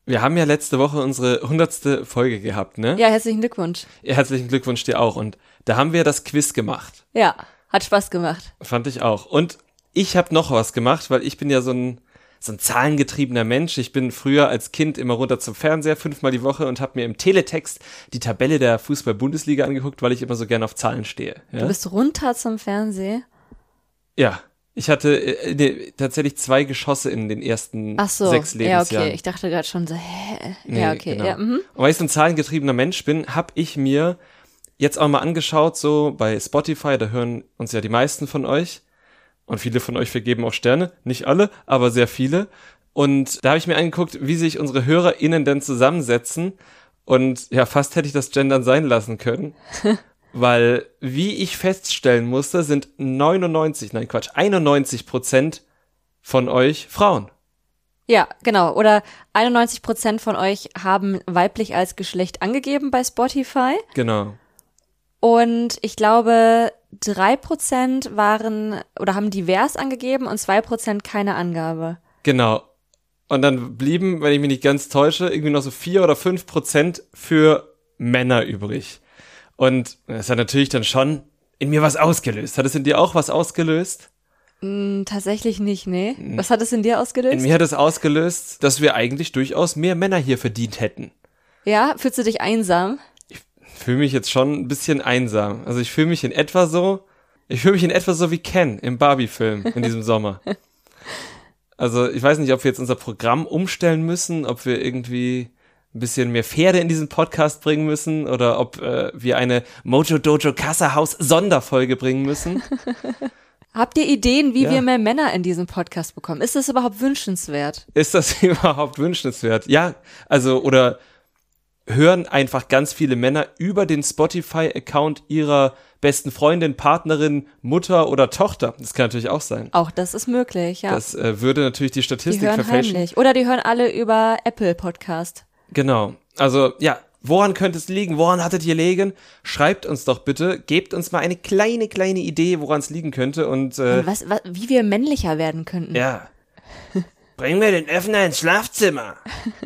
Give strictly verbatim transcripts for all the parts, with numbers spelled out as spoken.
Wir haben ja letzte Woche unsere hundertste Folge gehabt, ne? Ja, herzlichen Glückwunsch. Ja, herzlichen Glückwunsch dir auch. Und da haben wir das Quiz gemacht. Ja, hat Spaß gemacht. Fand ich auch. Und ich habe noch was gemacht, weil ich bin ja so ein, so ein zahlengetriebener Mensch. Ich bin früher als Kind immer runter zum Fernseher, fünfmal die Woche und habe mir im Teletext die Tabelle der Fußball-Bundesliga angeguckt, weil ich immer so gerne auf Zahlen stehe. Ja? Du bist runter zum Fernseher? Ja. Ich hatte äh, nee, tatsächlich zwei Geschosse in den ersten Ach so, sechs Lebensjahren. Ja, okay. Ich dachte gerade schon so, hä? Nee, ja, okay. Genau. Ja, mhm. Und weil ich so ein zahlengetriebener Mensch bin, habe ich mir jetzt auch mal angeschaut, so bei Spotify, da hören uns ja die meisten von euch und viele von euch vergeben auch Sterne, nicht alle, aber sehr viele. Und da habe ich mir angeguckt, wie sich unsere HörerInnen denn zusammensetzen und ja, fast hätte ich das Gendern sein lassen können. Weil, wie ich feststellen musste, sind neunundneunzig, nein Quatsch, einundneunzig Prozent von euch Frauen. Ja, genau. Oder einundneunzig Prozent von euch haben weiblich als Geschlecht angegeben bei Spotify. Genau. Und ich glaube, drei Prozent waren oder haben divers angegeben und zwei Prozent keine Angabe. Genau. Und dann blieben, wenn ich mich nicht ganz täusche, irgendwie noch so vier oder fünf Prozent für Männer übrig. Und es hat natürlich dann schon in mir was ausgelöst. Hat es in dir auch was ausgelöst? Mm, tatsächlich nicht, nee. Was hat es in dir ausgelöst? In mir hat es ausgelöst, dass wir eigentlich durchaus mehr Männer hier verdient hätten. Ja, fühlst du dich einsam? Ich fühle mich jetzt schon ein bisschen einsam. Also ich fühle mich in etwa so, ich fühle mich in etwa so wie Ken im Barbie-Film in diesem Sommer. Also ich weiß nicht, ob wir jetzt unser Programm umstellen müssen, ob wir irgendwie ein bisschen mehr Pferde in diesen Podcast bringen müssen oder ob äh, wir eine Mojo Dojo Casa House Sonderfolge bringen müssen. Habt ihr Ideen, wie Ja. wir mehr Männer in diesen Podcast bekommen? Ist das überhaupt wünschenswert? Ist das überhaupt wünschenswert? Ja, also oder hören einfach ganz viele Männer über den Spotify-Account ihrer besten Freundin, Partnerin, Mutter oder Tochter. Das kann natürlich auch sein. Auch das ist möglich, ja. Das äh, würde natürlich die Die Statistik hören verfälschen. heimlich. Oder die hören alle über Apple Podcast. Genau. Also, ja, woran könnte es liegen? Woran hattet ihr liegen? Schreibt uns doch bitte, gebt uns mal eine kleine, kleine Idee, woran es liegen könnte und, äh, Und was, was, wie wir männlicher werden könnten. ja. Bring mir den Öffner ins Schlafzimmer.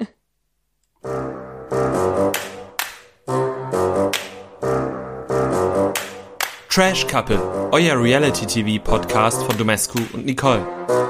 Trash Couple, euer Reality-T V-Podcast von Domescu und Nicole.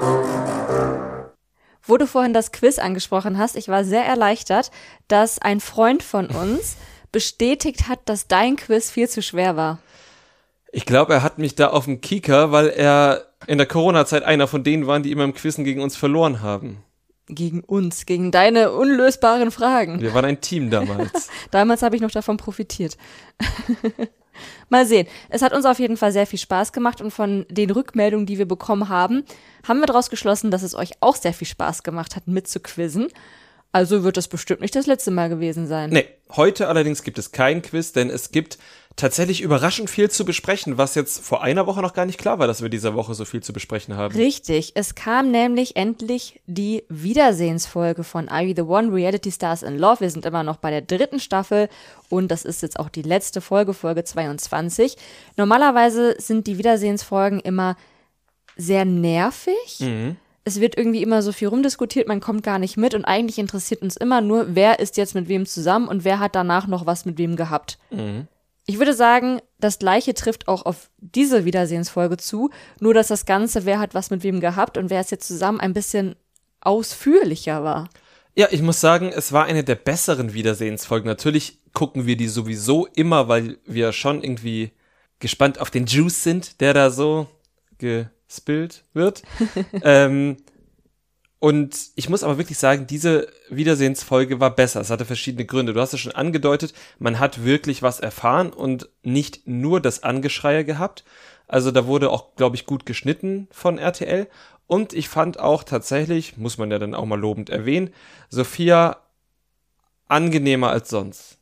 Wo du vorhin das Quiz angesprochen hast, ich war sehr erleichtert, dass ein Freund von uns bestätigt hat, dass dein Quiz viel zu schwer war. Ich glaube, er hat mich da auf dem Kieker, weil er in der Corona-Zeit einer von denen waren, die immer im Quizzen gegen uns verloren haben. Gegen uns, gegen deine unlösbaren Fragen. Wir waren ein Team damals. Damals habe ich noch davon profitiert. Mal sehen. Es hat uns auf jeden Fall sehr viel Spaß gemacht und von den Rückmeldungen, die wir bekommen haben, haben wir daraus geschlossen, dass es euch auch sehr viel Spaß gemacht hat, mitzuquizzen. Also wird das bestimmt nicht das letzte Mal gewesen sein. Nee, heute allerdings gibt es kein Quiz, denn es gibt tatsächlich überraschend viel zu besprechen, was jetzt vor einer Woche noch gar nicht klar war, dass wir dieser Woche so viel zu besprechen haben. Richtig, es kam nämlich endlich die Wiedersehensfolge von Are You The One? Reality Stars in Love. Wir sind immer noch bei der dritten Staffel und das ist jetzt auch die letzte Folge, Folge zweiundzwanzig. Normalerweise sind die Wiedersehensfolgen immer sehr nervig. Mhm. Es wird irgendwie immer so viel rumdiskutiert, man kommt gar nicht mit und eigentlich interessiert uns immer nur, wer ist jetzt mit wem zusammen und wer hat danach noch was mit wem gehabt. Mhm. Ich würde sagen, das Gleiche trifft auch auf diese Wiedersehensfolge zu, nur dass das Ganze, wer hat was mit wem gehabt und wer ist jetzt zusammen, ein bisschen ausführlicher war. Ja, ich muss sagen, es war eine der besseren Wiedersehensfolgen. Natürlich gucken wir die sowieso immer, weil wir schon irgendwie gespannt auf den Juice sind, der da so gespillt wird. ähm, und ich muss aber wirklich sagen, diese Wiedersehensfolge war besser. Es hatte verschiedene Gründe. Du hast es schon angedeutet, man hat wirklich was erfahren und nicht nur das Angeschreie gehabt. Also da wurde auch, glaube ich, gut geschnitten von R T L. Und ich fand auch tatsächlich, muss man ja dann auch mal lobend erwähnen, Sophia angenehmer als sonst.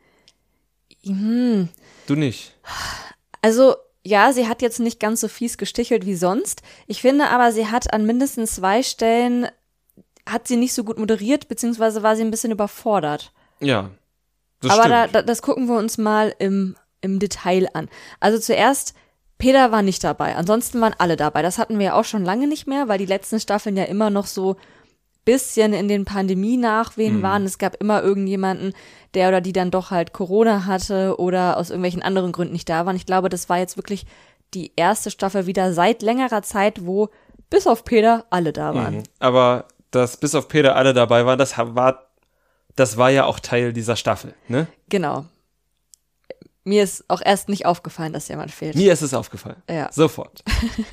Hm. Du nicht? Also, ja, sie hat jetzt nicht ganz so fies gestichelt wie sonst. Ich finde aber, sie hat an mindestens zwei Stellen, hat sie nicht so gut moderiert, beziehungsweise war sie ein bisschen überfordert. Ja, das aber stimmt. da, da, das gucken wir uns mal im, im Detail an. Also zuerst, Peter war nicht dabei, ansonsten waren alle dabei. Das hatten wir ja auch schon lange nicht mehr, weil die letzten Staffeln ja immer noch so bisschen in den Pandemie-Nachwehen Mhm. waren. Es gab immer irgendjemanden, der oder die dann doch halt Corona hatte oder aus irgendwelchen anderen Gründen nicht da waren. Ich glaube, das war jetzt wirklich die erste Staffel wieder seit längerer Zeit, wo bis auf Peter alle da waren. Mhm. Aber dass bis auf Peter alle dabei waren, das war, das war ja auch Teil dieser Staffel, ne? Genau. Mir ist auch erst nicht aufgefallen, dass jemand fehlt. Mir ist es aufgefallen. Ja. Sofort.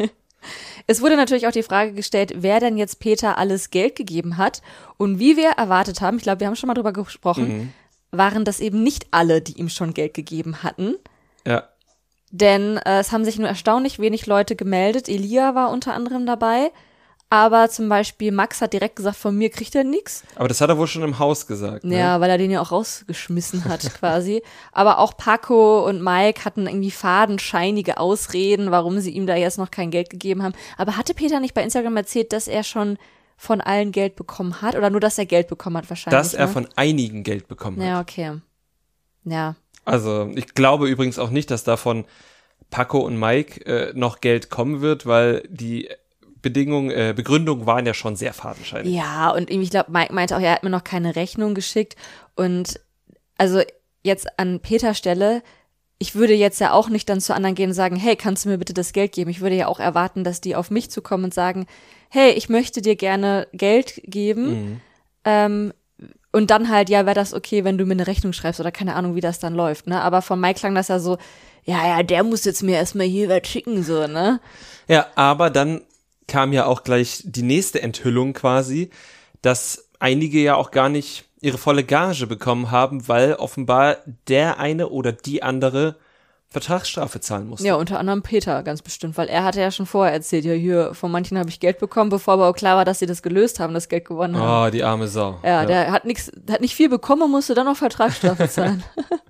Es wurde natürlich auch die Frage gestellt, wer denn jetzt Peter alles Geld gegeben hat. Und wie wir erwartet haben, ich glaube, wir haben schon mal drüber gesprochen, Mhm. waren das eben nicht alle, die ihm schon Geld gegeben hatten. Ja. Denn äh, es haben sich nur erstaunlich wenig Leute gemeldet. Elia war unter anderem dabei. Aber zum Beispiel Max hat direkt gesagt, von mir kriegt er nichts. Aber das hat er wohl schon im Haus gesagt. Ne? Ja, weil er den ja auch rausgeschmissen hat quasi. Aber auch Paco und Mike hatten irgendwie fadenscheinige Ausreden, warum sie ihm da jetzt noch kein Geld gegeben haben. Aber hatte Peter nicht bei Instagram erzählt, dass er schon von allen Geld bekommen hat? Oder nur, dass er Geld bekommen hat wahrscheinlich? Dass er ne? von einigen Geld bekommen hat. Ja, okay. Ja. Also ich glaube übrigens auch nicht, dass da von Paco und Mike äh, noch Geld kommen wird, weil die Bedingungen, äh, Begründungen waren ja schon sehr fadenscheinig. Ja, und ich glaube, Mike meinte auch, er hat mir noch keine Rechnung geschickt. Und also jetzt an Peters Stelle, ich würde jetzt ja auch nicht dann zu anderen gehen und sagen, hey, kannst du mir bitte das Geld geben? Ich würde ja auch erwarten, dass die auf mich zukommen und sagen, hey, ich möchte dir gerne Geld geben. Mhm. Ähm, und dann halt, ja, wäre das okay, wenn du mir eine Rechnung schreibst oder keine Ahnung, wie das dann läuft, ne? Aber von Mike klang das ja so, ja, ja, der muss jetzt mir erstmal hier was schicken, so, ne? Ja, aber dann kam ja auch gleich die nächste Enthüllung quasi, dass einige ja auch gar nicht ihre volle Gage bekommen haben, weil offenbar der eine oder die andere Vertragsstrafe zahlen musste. Ja, unter anderem Peter, ganz bestimmt, weil er hatte ja schon vorher erzählt, ja, hier, von manchen habe ich Geld bekommen, bevor aber auch klar war, dass sie das gelöst haben, das Geld gewonnen haben. Oh, die arme Sau. Ja, der hat nichts, hat nicht viel bekommen und musste dann noch Vertragsstrafe zahlen.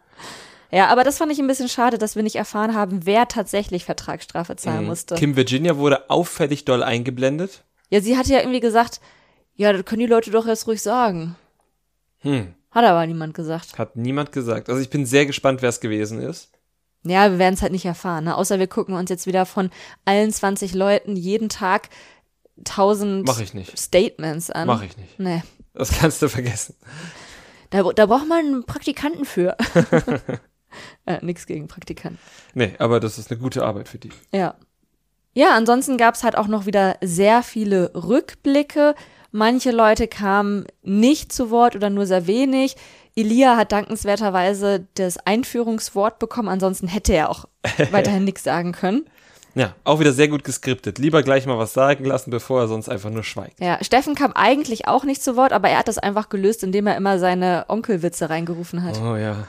Ja, aber das fand ich ein bisschen schade, dass wir nicht erfahren haben, wer tatsächlich Vertragsstrafe zahlen musste. Kim Virginia wurde auffällig doll eingeblendet. Ja, sie hatte ja irgendwie gesagt, ja, das können die Leute doch jetzt ruhig sagen. Hm, Hat aber niemand gesagt. hat niemand gesagt. Also ich bin sehr gespannt, wer es gewesen ist. Ja, wir werden es halt nicht erfahren, ne? Außer wir gucken uns jetzt wieder von allen zwanzig Leuten jeden Tag tausend Mach ich nicht. Statements an. Mach ich nicht. Nee, Das kannst du vergessen. da, da braucht man einen Praktikanten für. äh, nix gegen Praktikanten. Nee, aber das ist eine gute Arbeit für die. Ja. Ja, ansonsten gab es halt auch noch wieder sehr viele Rückblicke. Manche Leute kamen nicht zu Wort oder nur sehr wenig. Elia hat dankenswerterweise das Einführungswort bekommen, ansonsten hätte er auch weiterhin nichts sagen können. Ja, auch wieder sehr gut geskriptet. Lieber gleich mal was sagen lassen, bevor er sonst einfach nur schweigt. Ja, Steffen kam eigentlich auch nicht zu Wort, aber er hat das einfach gelöst, indem er immer seine Onkelwitze reingerufen hat. Oh ja.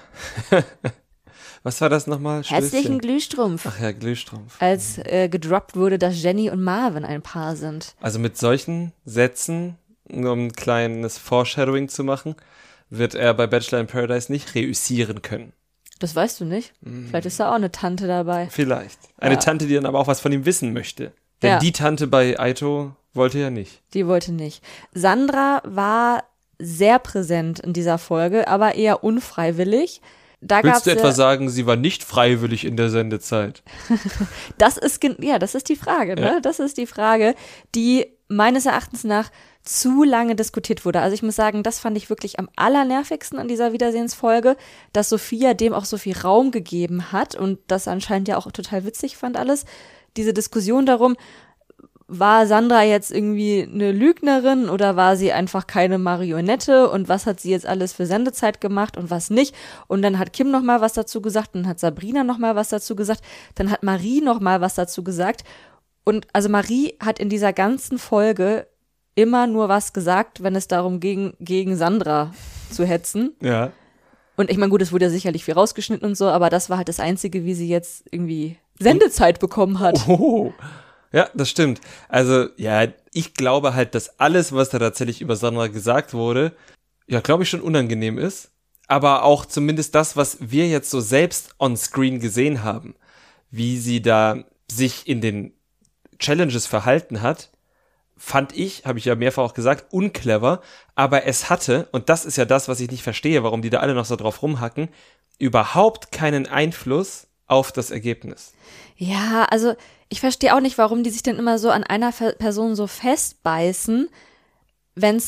Was war das nochmal? Herzlichen Glühstrumpf. Ach ja, Glühstrumpf. Als äh, gedroppt wurde, dass Jenny und Marvin ein Paar sind. Also mit solchen Sätzen, nur um ein kleines Foreshadowing zu machen, wird er bei Bachelor in Paradise nicht reüssieren können. Das weißt du nicht. Vielleicht ist da auch eine Tante dabei. Vielleicht. Eine Ja. Tante, die dann aber auch was von ihm wissen möchte. Denn Ja. die Tante bei Aito wollte ja nicht. Die wollte nicht. Sandra war sehr präsent in dieser Folge, aber eher unfreiwillig. Da gab's Willst du etwa ja, sagen, sie war nicht freiwillig in der Sendezeit? das ist gen- ja, das ist die Frage, ne? Ja. Das ist die Frage, die meines Erachtens nach zu lange diskutiert wurde. Also ich muss sagen, das fand ich wirklich am allernervigsten an dieser Wiedersehensfolge, dass Sophia dem auch so viel Raum gegeben hat und das anscheinend ja auch total witzig fand alles. Diese Diskussion darum, war Sandra jetzt irgendwie eine Lügnerin oder war sie einfach keine Marionette und was hat sie jetzt alles für Sendezeit gemacht und was nicht? Und dann hat Kim noch mal was dazu gesagt, dann hat Sabrina noch mal was dazu gesagt, dann hat Marie noch mal was dazu gesagt. Und also Marie hat in dieser ganzen Folge immer nur was gesagt, wenn es darum ging, gegen Sandra zu hetzen. Ja. Und ich meine, gut, es wurde ja sicherlich viel rausgeschnitten und so, aber das war halt das Einzige, wie sie jetzt irgendwie Sendezeit bekommen hat. Oh. Ja, das stimmt. Also, ja, ich glaube halt, dass alles, was da tatsächlich über Sandra gesagt wurde, ja, glaube ich, schon unangenehm ist. Aber auch zumindest das, was wir jetzt so selbst on screen gesehen haben, wie sie da sich in den Challenges verhalten hat, fand ich, habe ich ja mehrfach auch gesagt, unclever. Aber es hatte, und das ist ja das, was ich nicht verstehe, warum die da alle noch so drauf rumhacken, überhaupt keinen Einfluss auf das Ergebnis. Ja, also ich verstehe auch nicht, warum die sich denn immer so an einer Ver- Person so festbeißen, wenn es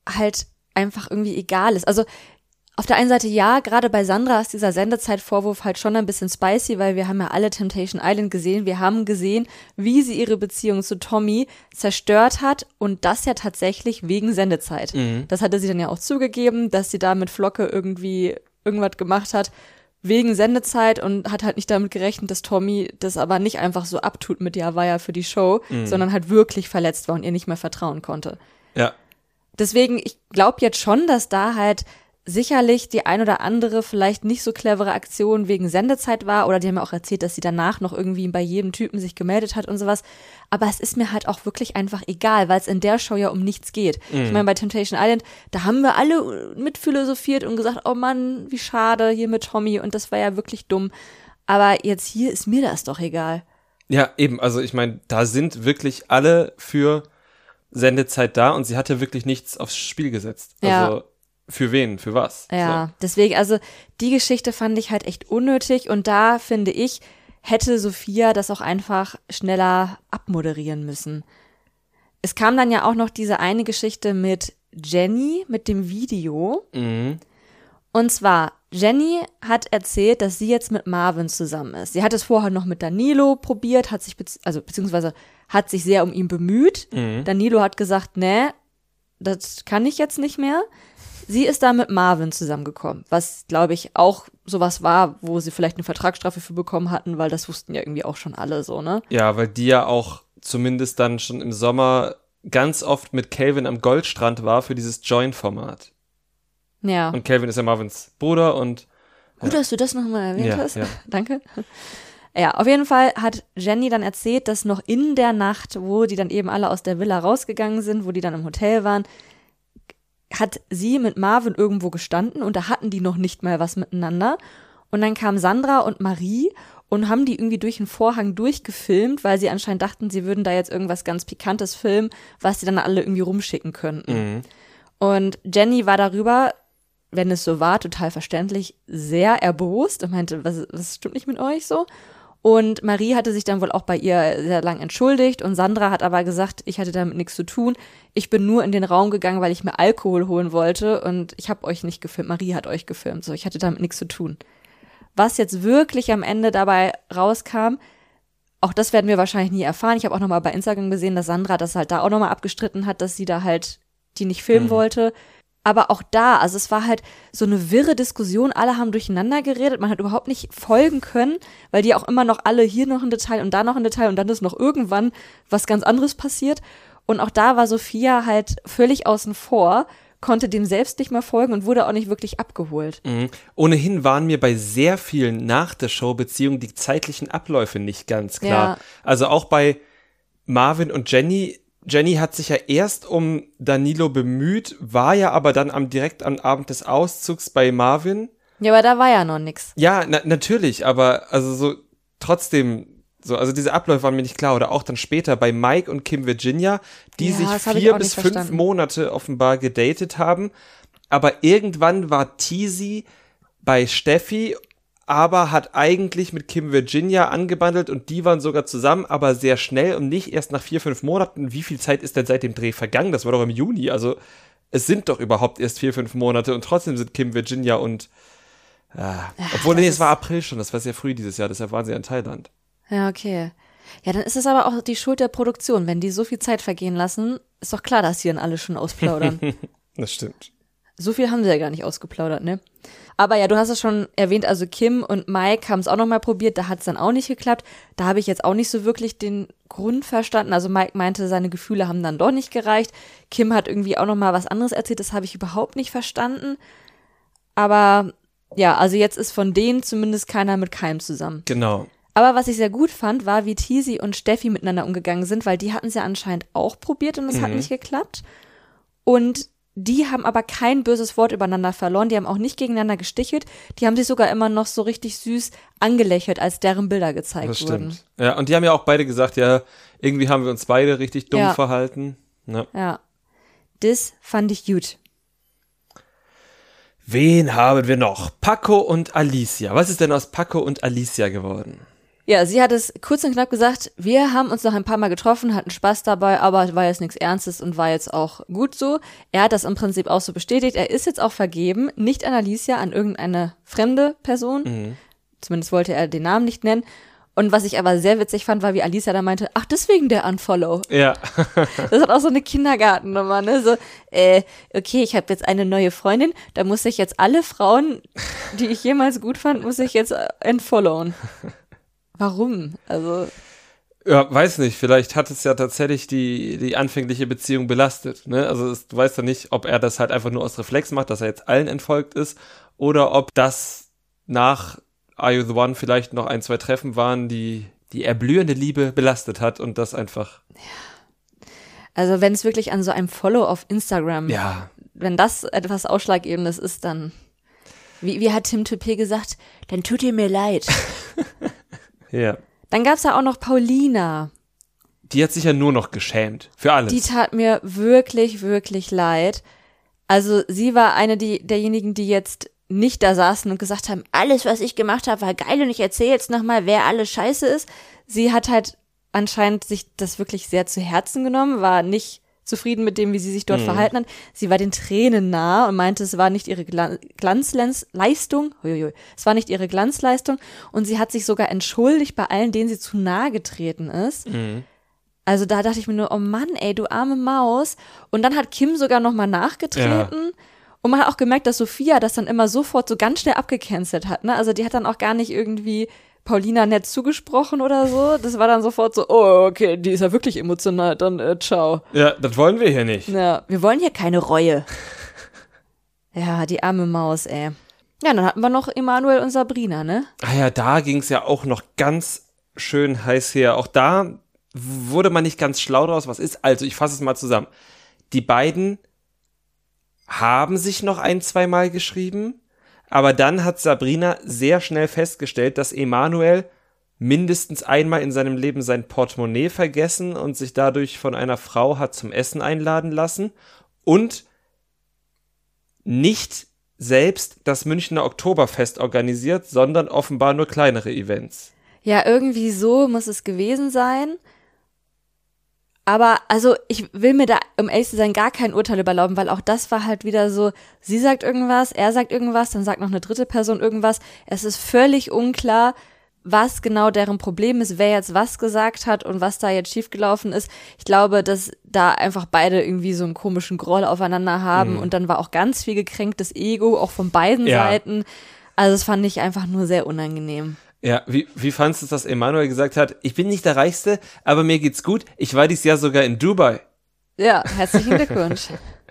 halt einfach irgendwie egal ist. Also auf der einen Seite ja, gerade bei Sandra ist dieser Sendezeitvorwurf halt schon ein bisschen spicy, weil wir haben ja alle Temptation Island gesehen. Wir haben gesehen, wie sie ihre Beziehung zu Tommy zerstört hat und das ja tatsächlich wegen Sendezeit. Mhm. Das hatte sie dann ja auch zugegeben, dass sie da mit Flocke irgendwie irgendwas gemacht hat wegen Sendezeit und hat halt nicht damit gerechnet, dass Tommy das aber nicht einfach so abtut mit ja, war ja für die Show, Mhm. sondern halt wirklich verletzt war und ihr nicht mehr vertrauen konnte. Ja. Deswegen, ich glaube jetzt schon, dass da halt sicherlich die ein oder andere vielleicht nicht so clevere Aktion wegen Sendezeit war oder die haben ja auch erzählt, dass sie danach noch irgendwie bei jedem Typen sich gemeldet hat und sowas. Aber es ist mir halt auch wirklich einfach egal, weil es in der Show ja um nichts geht. Mhm. Ich meine, bei Temptation Island, da haben wir alle mitphilosophiert und gesagt, oh Mann, wie schade hier mit Tommy und das war ja wirklich dumm. Aber jetzt hier ist mir das doch egal. Ja, eben, also ich meine, da sind wirklich alle für Sendezeit da und sie hat ja wirklich nichts aufs Spiel gesetzt. Ja. Also für wen, für was? Ja, so. Deswegen, also die Geschichte fand ich halt echt unnötig und da, finde ich, hätte Sophia das auch einfach schneller abmoderieren müssen. Es kam dann ja auch noch diese eine Geschichte mit Jenny, mit dem Video. Mhm. Und zwar, Jenny hat erzählt, dass sie jetzt mit Marvin zusammen ist. Sie hat es vorher noch mit Danilo probiert, hat sich, bezieh- also beziehungsweise hat sich sehr um ihn bemüht. Mhm. Danilo hat gesagt, nee, das kann ich jetzt nicht mehr. Sie ist da mit Marvin zusammengekommen, was, glaube ich, auch sowas war, wo sie vielleicht eine Vertragsstrafe für bekommen hatten, weil das wussten ja irgendwie auch schon alle so, ne? Ja, weil die ja auch zumindest dann schon im Sommer ganz oft mit Calvin am Goldstrand war für dieses Join-Format. Ja. Und Calvin ist ja Marvins Bruder und Gut, ja. dass du das nochmal erwähnt Ja, hast. ja. Danke. Ja, auf jeden Fall hat Jenny dann erzählt, dass noch in der Nacht, wo die dann eben alle aus der Villa rausgegangen sind, wo die dann im Hotel waren, hat sie mit Marvin irgendwo gestanden und da hatten die noch nicht mal was miteinander. Und dann kamen Sandra und Marie und haben die irgendwie durch den Vorhang durchgefilmt, weil sie anscheinend dachten, sie würden da jetzt irgendwas ganz Pikantes filmen, was sie dann alle irgendwie rumschicken könnten. Mhm. Und Jenny war darüber, wenn es so war, total verständlich, sehr erbost und meinte, was, was stimmt nicht mit euch so? Und Marie hatte sich dann wohl auch bei ihr sehr lang entschuldigt und Sandra hat aber gesagt, ich hatte damit nichts zu tun. Ich bin nur in den Raum gegangen, weil ich mir Alkohol holen wollte und ich habe euch nicht gefilmt. Marie hat euch gefilmt, so ich hatte damit nichts zu tun. Was jetzt wirklich am Ende dabei rauskam, auch das werden wir wahrscheinlich nie erfahren. Ich habe auch nochmal bei Instagram gesehen, dass Sandra das halt da auch nochmal abgestritten hat, dass sie da halt die nicht filmen Mhm. wollte. Aber auch da, also es war halt so eine wirre Diskussion, alle haben durcheinander geredet, man hat überhaupt nicht folgen können, weil die auch immer noch alle hier noch ein Detail und da noch ein Detail und dann ist noch irgendwann was ganz anderes passiert. Und auch da war Sophia halt völlig außen vor, konnte dem selbst nicht mehr folgen und wurde auch nicht wirklich abgeholt. Mhm. Ohnehin waren mir bei sehr vielen nach der Show-Beziehungen die zeitlichen Abläufe nicht ganz klar. Ja. Also auch bei Marvin und Jenny. Jenny hat sich ja erst um Danilo bemüht, war ja aber dann am direkt am Abend des Auszugs bei Marvin. Ja, aber da war ja noch nix. Ja, na, natürlich, aber also so trotzdem, so, also diese Abläufe waren mir nicht klar. Oder auch dann später bei Mike und Kim Virginia, die Ja, sich das hab ich vier auch bis nicht fünf verstanden. Monate offenbar gedatet haben. Aber irgendwann war Teasy bei Steffi, aber hat eigentlich mit Kim Virginia angebandelt und die waren sogar zusammen, aber sehr schnell und nicht erst nach vier, fünf Monaten. Wie viel Zeit ist denn seit dem Dreh vergangen? Das war doch im Juni, also es sind doch überhaupt erst vier, fünf Monate und trotzdem sind Kim Virginia und äh, Ja, obwohl, das nee, es ist- war April schon, das war sehr früh dieses Jahr, deshalb waren sie in Thailand. Ja, okay. Ja, dann ist es aber auch die Schuld der Produktion. Wenn die so viel Zeit vergehen lassen, ist doch klar, dass die dann alle schon ausplaudern. Das stimmt. So viel haben sie ja gar nicht ausgeplaudert, ne? Aber ja, du hast es schon erwähnt, also Kim und Mike haben es auch nochmal probiert, da hat es dann auch nicht geklappt. Da habe ich jetzt auch nicht so wirklich den Grund verstanden. Also Mike meinte, seine Gefühle haben dann doch nicht gereicht. Kim hat irgendwie auch nochmal was anderes erzählt, das habe ich überhaupt nicht verstanden. Aber ja, also jetzt ist von denen zumindest keiner mit keinem zusammen. Genau. Aber was ich sehr gut fand, war, wie Teasy und Steffi miteinander umgegangen sind, weil die hatten es ja anscheinend auch probiert und es hat Mhm. nicht geklappt. Und die haben aber kein böses Wort übereinander verloren, die haben auch nicht gegeneinander gestichelt, die haben sich sogar immer noch so richtig süß angelächelt, als deren Bilder gezeigt Das wurden. stimmt. Ja, und die haben ja auch beide gesagt, ja, irgendwie haben wir uns beide richtig dumm Ja. verhalten. Ja. Ja, das fand ich gut. Wen haben wir noch? Paco und Alicia. Was ist denn aus Paco und Alicia geworden? Ja, sie hat es kurz und knapp gesagt, wir haben uns noch ein paar Mal getroffen, hatten Spaß dabei, aber war jetzt nichts Ernstes und war jetzt auch gut so. Er hat das im Prinzip auch so bestätigt. Er ist jetzt auch vergeben, nicht an Alicia, an irgendeine fremde Person. Mhm. Zumindest wollte er den Namen nicht nennen. Und was ich aber sehr witzig fand, war, wie Alicia da meinte, ach, deswegen der Unfollow. Ja. Das hat auch so eine Kindergartennummer, ne? So, äh, okay, ich habe jetzt eine neue Freundin, da muss ich jetzt alle Frauen, die ich jemals gut fand, muss ich jetzt entfollowen. Warum? Also. Ja, weiß nicht, vielleicht hat es ja tatsächlich die, die anfängliche Beziehung belastet, ne? Also es, du weißt ja nicht, ob er das halt einfach nur aus Reflex macht, dass er jetzt allen entfolgt ist, oder ob das nach Are You The One vielleicht noch ein, zwei Treffen waren, die die erblühende Liebe belastet hat und das einfach. Ja. Also wenn es wirklich an so einem Follow auf Instagram, ja. wenn das etwas Ausschlaggebendes ist, dann, wie, wie hat Tim Toupé gesagt, dann tut ihr mir leid. Ja. Dann gab's da auch noch Paulina. Die hat sich ja nur noch geschämt. Für alles. Die tat mir wirklich, wirklich leid. Also sie war eine die, derjenigen, die jetzt nicht da saßen und gesagt haben, alles, was ich gemacht habe, war geil und ich erzähle jetzt nochmal, wer alles scheiße ist. Sie hat halt anscheinend sich das wirklich sehr zu Herzen genommen, war nicht zufrieden mit dem, wie sie sich dort mhm. verhalten hat. Sie war den Tränen nah und meinte, es war nicht ihre Glan- Glanzleistung. Huiuiui. Es war nicht ihre Glanzleistung und sie hat sich sogar entschuldigt bei allen, denen sie zu nahe getreten ist. Mhm. Also da dachte ich mir nur, oh Mann, ey, du arme Maus. Und dann hat Kim sogar nochmal nachgetreten. Ja. Und man hat auch gemerkt, dass Sophia das dann immer sofort so ganz schnell abgecancelt hat, ne? Also die hat dann auch gar nicht irgendwie Paulina nett zugesprochen oder so. Das war dann sofort so, oh, okay, die ist ja wirklich emotional, dann äh, ciao. Ja, das wollen wir hier nicht. Ja, wir wollen hier keine Reue. Ja, die arme Maus, ey. Ja, dann hatten wir noch Emanuel und Sabrina, ne? Ah ja, da ging es ja auch noch ganz schön heiß her. Auch da wurde man nicht ganz schlau draus, was ist. Also, ich fasse es mal zusammen. Die beiden haben sich noch ein, zwei Mal geschrieben, aber dann hat Sabrina sehr schnell festgestellt, dass Emanuel mindestens einmal in seinem Leben sein Portemonnaie vergessen und sich dadurch von einer Frau hat zum Essen einladen lassen und nicht selbst das Münchner Oktoberfest organisiert, sondern offenbar nur kleinere Events. Ja, irgendwie so muss es gewesen sein. Aber also ich will mir da, um ehrlich zu sein, gar kein Urteil überlauben, weil auch das war halt wieder so, sie sagt irgendwas, er sagt irgendwas, dann sagt noch eine dritte Person irgendwas. Es ist völlig unklar, was genau deren Problem ist, wer jetzt was gesagt hat und was da jetzt schiefgelaufen ist. Ich glaube, dass da einfach beide irgendwie so einen komischen Groll aufeinander haben mhm. und dann war auch ganz viel gekränktes Ego, auch von beiden ja. Seiten. Also das fand ich einfach nur sehr unangenehm. Ja, wie, wie fandest du es, dass Emanuel gesagt hat, ich bin nicht der Reichste, aber mir geht's gut, ich war dieses Jahr sogar in Dubai. Ja, herzlichen Glückwunsch.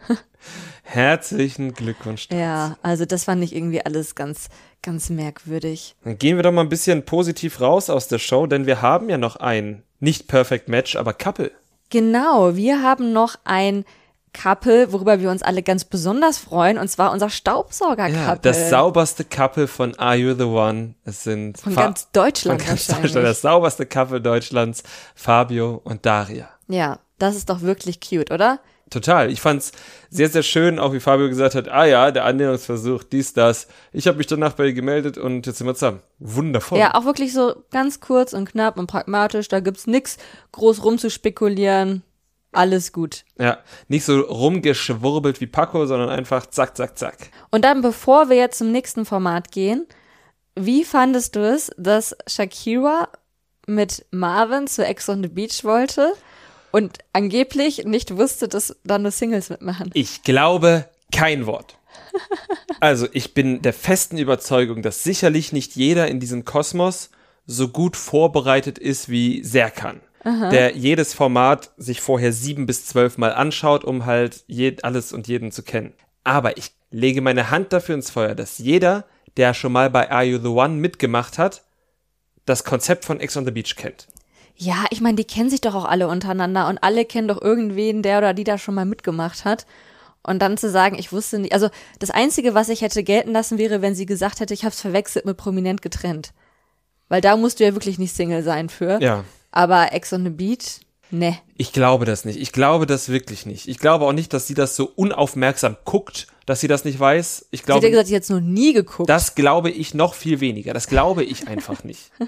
Herzlichen Glückwunsch. Ja, also das fand ich irgendwie alles ganz, ganz merkwürdig. Dann gehen wir doch mal ein bisschen positiv raus aus der Show, denn wir haben ja noch ein nicht Perfect Match, aber Couple. Genau, wir haben noch ein Couple, worüber wir uns alle ganz besonders freuen, und zwar unser Staubsauger-Couple. Ja, das sauberste Couple von Are You The One? Es sind von Fa- ganz Deutschland von ganz Deutschland, das sauberste Couple Deutschlands, Fabio und Daria. Ja, das ist doch wirklich cute, oder? Total. Ich fand's sehr, sehr schön, auch wie Fabio gesagt hat, ah ja, der Annäherungsversuch, dies, das. Ich habe mich danach bei ihr gemeldet und jetzt sind wir zusammen. Wundervoll. Ja, auch wirklich so ganz kurz und knapp und pragmatisch, da gibt's nix groß rumzuspekulieren. Alles gut. Ja, nicht so rumgeschwurbelt wie Paco, sondern einfach zack, zack, zack. Und dann, bevor wir jetzt zum nächsten Format gehen, wie fandest du es, dass Shakira mit Marvin zu Ex on the Beach wollte und angeblich nicht wusste, dass da nur Singles mitmachen? Ich glaube kein Wort. Also, ich bin der festen Überzeugung, dass sicherlich nicht jeder in diesem Kosmos so gut vorbereitet ist wie Serkan. Aha. Der jedes Format sich vorher sieben bis zwölf Mal anschaut, um halt je, alles und jeden zu kennen. Aber ich lege meine Hand dafür ins Feuer, dass jeder, der schon mal bei Are You The One mitgemacht hat, das Konzept von Ex on the Beach kennt. Ja, ich meine, die kennen sich doch auch alle untereinander und alle kennen doch irgendwen, der oder die da schon mal mitgemacht hat. Und dann zu sagen, ich wusste nicht, also das Einzige, was ich hätte gelten lassen, wäre, wenn sie gesagt hätte, ich hab's verwechselt mit prominent getrennt. Weil da musst du ja wirklich nicht Single sein für. Ja. Aber Ex on the Beach, ne. Ich glaube das nicht. Ich glaube das wirklich nicht. Ich glaube auch nicht, dass sie das so unaufmerksam guckt, dass sie das nicht weiß. Ich glaube, sie hat ja gesagt, sie hat es noch nie geguckt. Das glaube ich noch viel weniger. Das glaube ich einfach nicht.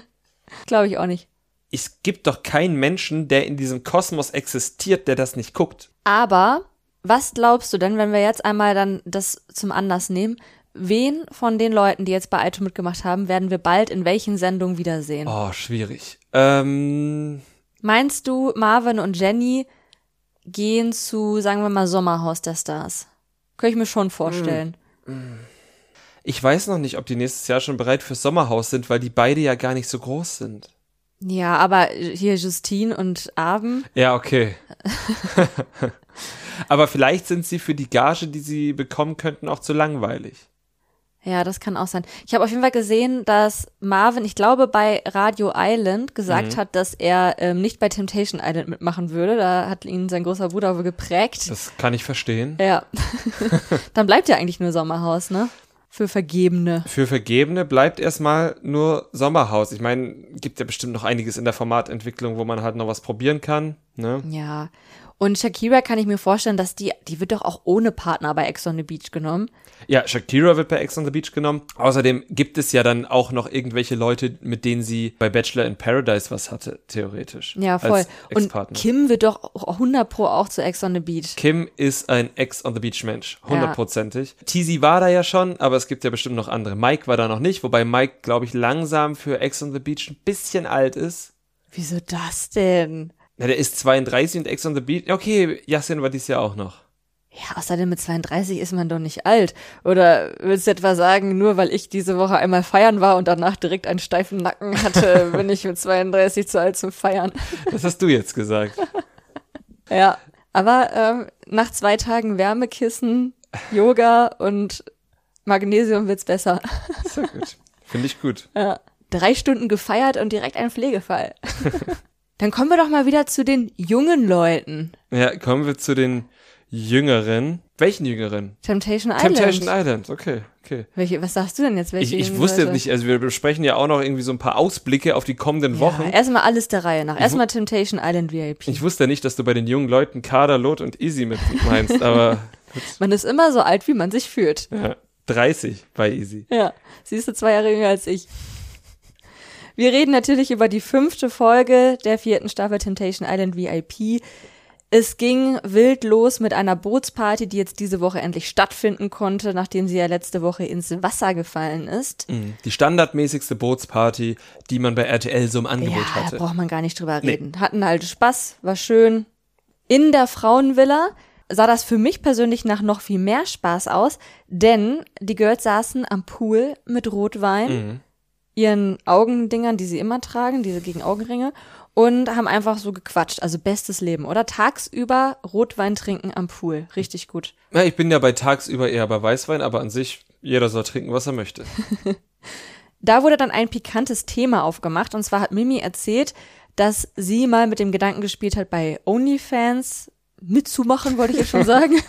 Glaube ich auch nicht. Es gibt doch keinen Menschen, der in diesem Kosmos existiert, der das nicht guckt. Aber was glaubst du denn, wenn wir jetzt einmal dann das zum Anlass nehmen, wen von den Leuten, die jetzt bei Aito mitgemacht haben, werden wir bald in welchen Sendungen wiedersehen? Oh, schwierig. Ähm... Meinst du, Marvin und Jenny gehen zu, sagen wir mal, Sommerhaus der Stars? Könnte ich mir schon vorstellen. Ich weiß noch nicht, ob die nächstes Jahr schon bereit fürs Sommerhaus sind, weil die beide ja gar nicht so groß sind. Ja, aber hier Justine und Abend. Ja, okay. Aber vielleicht sind sie für die Gage, die sie bekommen könnten, auch zu langweilig. Ja, das kann auch sein. Ich habe auf jeden Fall gesehen, dass Marvin, ich glaube, bei Radio Island gesagt mhm. hat, dass er ähm, nicht bei Temptation Island mitmachen würde. Da hat ihn sein großer Bruder wohl geprägt. Das kann ich verstehen. Ja. Dann bleibt ja eigentlich nur Sommerhaus, ne? Für Vergebene. Für Vergebene bleibt erstmal nur Sommerhaus. Ich meine, gibt ja bestimmt noch einiges in der Formatentwicklung, wo man halt noch was probieren kann, ne? Ja. Und Shakira kann ich mir vorstellen, dass die, die wird doch auch ohne Partner bei Ex on the Beach genommen. Ja, Shakira wird bei Ex on the Beach genommen. Außerdem gibt es ja dann auch noch irgendwelche Leute, mit denen sie bei Bachelor in Paradise was hatte, theoretisch. Ja, voll. Und Kim wird doch hundert Pro auch zu Ex on the Beach. Kim ist ein Ex on the Beach Mensch, hundertprozentig. Ja. Tizi war da ja schon, aber es gibt ja bestimmt noch andere. Mike war da noch nicht, wobei Mike, glaube ich, langsam für Ex on the Beach ein bisschen alt ist. Wieso das denn? Ja, der ist zweiunddreißig und Ex on the Beach. Okay, Yasin war dies Jahr auch noch. Ja, außerdem mit zweiunddreißig ist man doch nicht alt. Oder willst du etwa sagen, nur weil ich diese Woche einmal feiern war und danach direkt einen steifen Nacken hatte, bin ich mit zweiunddreißig zu alt zum Feiern? Das hast du jetzt gesagt. Ja, aber ähm, nach zwei Tagen Wärmekissen, Yoga und Magnesium wird's besser. Sehr gut. Finde ich gut. Ja, drei Stunden gefeiert und direkt ein Pflegefall. Dann kommen wir doch mal wieder zu den jungen Leuten. Ja, kommen wir zu den Jüngeren. Welchen Jüngeren? Temptation Island. Temptation Island, okay, okay. Welche, was sagst du denn jetzt? Welche ich ich wusste Leute? nicht, also wir besprechen ja auch noch irgendwie so ein paar Ausblicke auf die kommenden ja, Wochen. Erstmal alles der Reihe nach. Erstmal Temptation Island V I P. Ich wusste nicht, dass du bei den jungen Leuten Kader, Lot und Easy mit meinst, aber... Man ist immer so alt, wie man sich fühlt. Ja, dreißig bei Easy. Ja, siehst du, zwei Jahre jünger als ich. Wir reden natürlich über die fünfte Folge der vierten Staffel Temptation Island V I P. Es ging wild los mit einer Bootsparty, die jetzt diese Woche endlich stattfinden konnte, nachdem sie ja letzte Woche ins Wasser gefallen ist. Die standardmäßigste Bootsparty, die man bei R T L so im Angebot ja, hatte. Da braucht man gar nicht drüber reden. Nee. Hatten halt Spaß, war schön. In der Frauenvilla sah das für mich persönlich nach noch viel mehr Spaß aus, denn die Girls saßen am Pool mit Rotwein, mhm. ihren Augendingern, die sie immer tragen, diese gegen Augenringe, und haben einfach so gequatscht. Also bestes Leben, oder? Tagsüber Rotwein trinken am Pool. Richtig gut. Ja, ich bin ja bei tagsüber eher bei Weißwein, aber an sich, jeder soll trinken, was er möchte. Da wurde dann ein pikantes Thema aufgemacht, und zwar hat Mimi erzählt, dass sie mal mit dem Gedanken gespielt hat, bei OnlyFans mitzumachen, wollte ich ja schon sagen.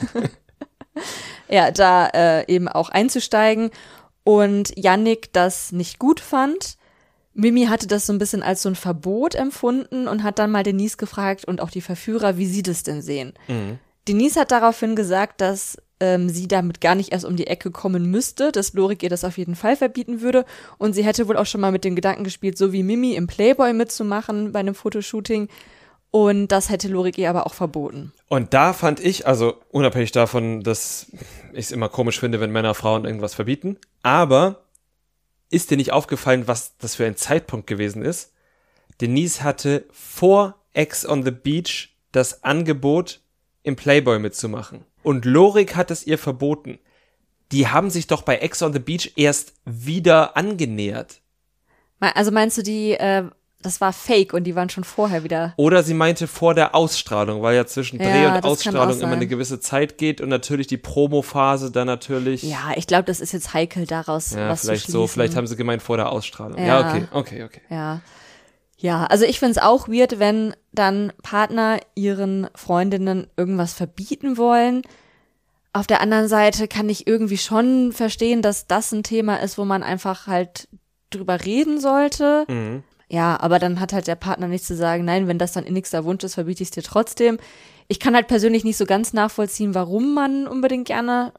Ja, da äh, eben auch einzusteigen, und Yannick das nicht gut fand. Mimi hatte das so ein bisschen als so ein Verbot empfunden und hat dann mal Denise gefragt und auch die Verführer, wie sie das denn sehen. Mhm. Denise hat daraufhin gesagt, dass ähm, sie damit gar nicht erst um die Ecke kommen müsste, dass Lorik ihr das auf jeden Fall verbieten würde, und sie hätte wohl auch schon mal mit dem Gedanken gespielt, so wie Mimi im Playboy mitzumachen bei einem Fotoshooting, und das hätte Lorik ihr aber auch verboten. Und da fand ich, also unabhängig davon, dass ich es immer komisch finde, wenn Männer Frauen irgendwas verbieten, aber ist dir nicht aufgefallen, was das für ein Zeitpunkt gewesen ist? Denise hatte vor Ex on the Beach das Angebot, im Playboy mitzumachen. Und Lorik hat es ihr verboten. Die haben sich doch bei Ex on the Beach erst wieder angenähert. Also meinst du, die, äh, das war fake und die waren schon vorher wieder... Oder sie meinte vor der Ausstrahlung, weil ja zwischen Dreh- ja, und Ausstrahlung immer eine gewisse Zeit geht und natürlich die Promophase dann natürlich... Ja, ich glaube, das ist jetzt heikel, daraus ja, was zu vielleicht schließen. so, vielleicht haben sie gemeint vor der Ausstrahlung. Ja, ja okay, okay, okay. Ja, ja, also ich finde es auch weird, wenn dann Partner ihren Freundinnen irgendwas verbieten wollen. Auf der anderen Seite kann ich irgendwie schon verstehen, dass das ein Thema ist, wo man einfach halt drüber reden sollte. Mhm. Ja, aber dann hat halt der Partner nichts zu sagen, nein, wenn das dein innigster Wunsch ist, verbiete ich es dir trotzdem. Ich kann halt persönlich nicht so ganz nachvollziehen, warum man unbedingt gerne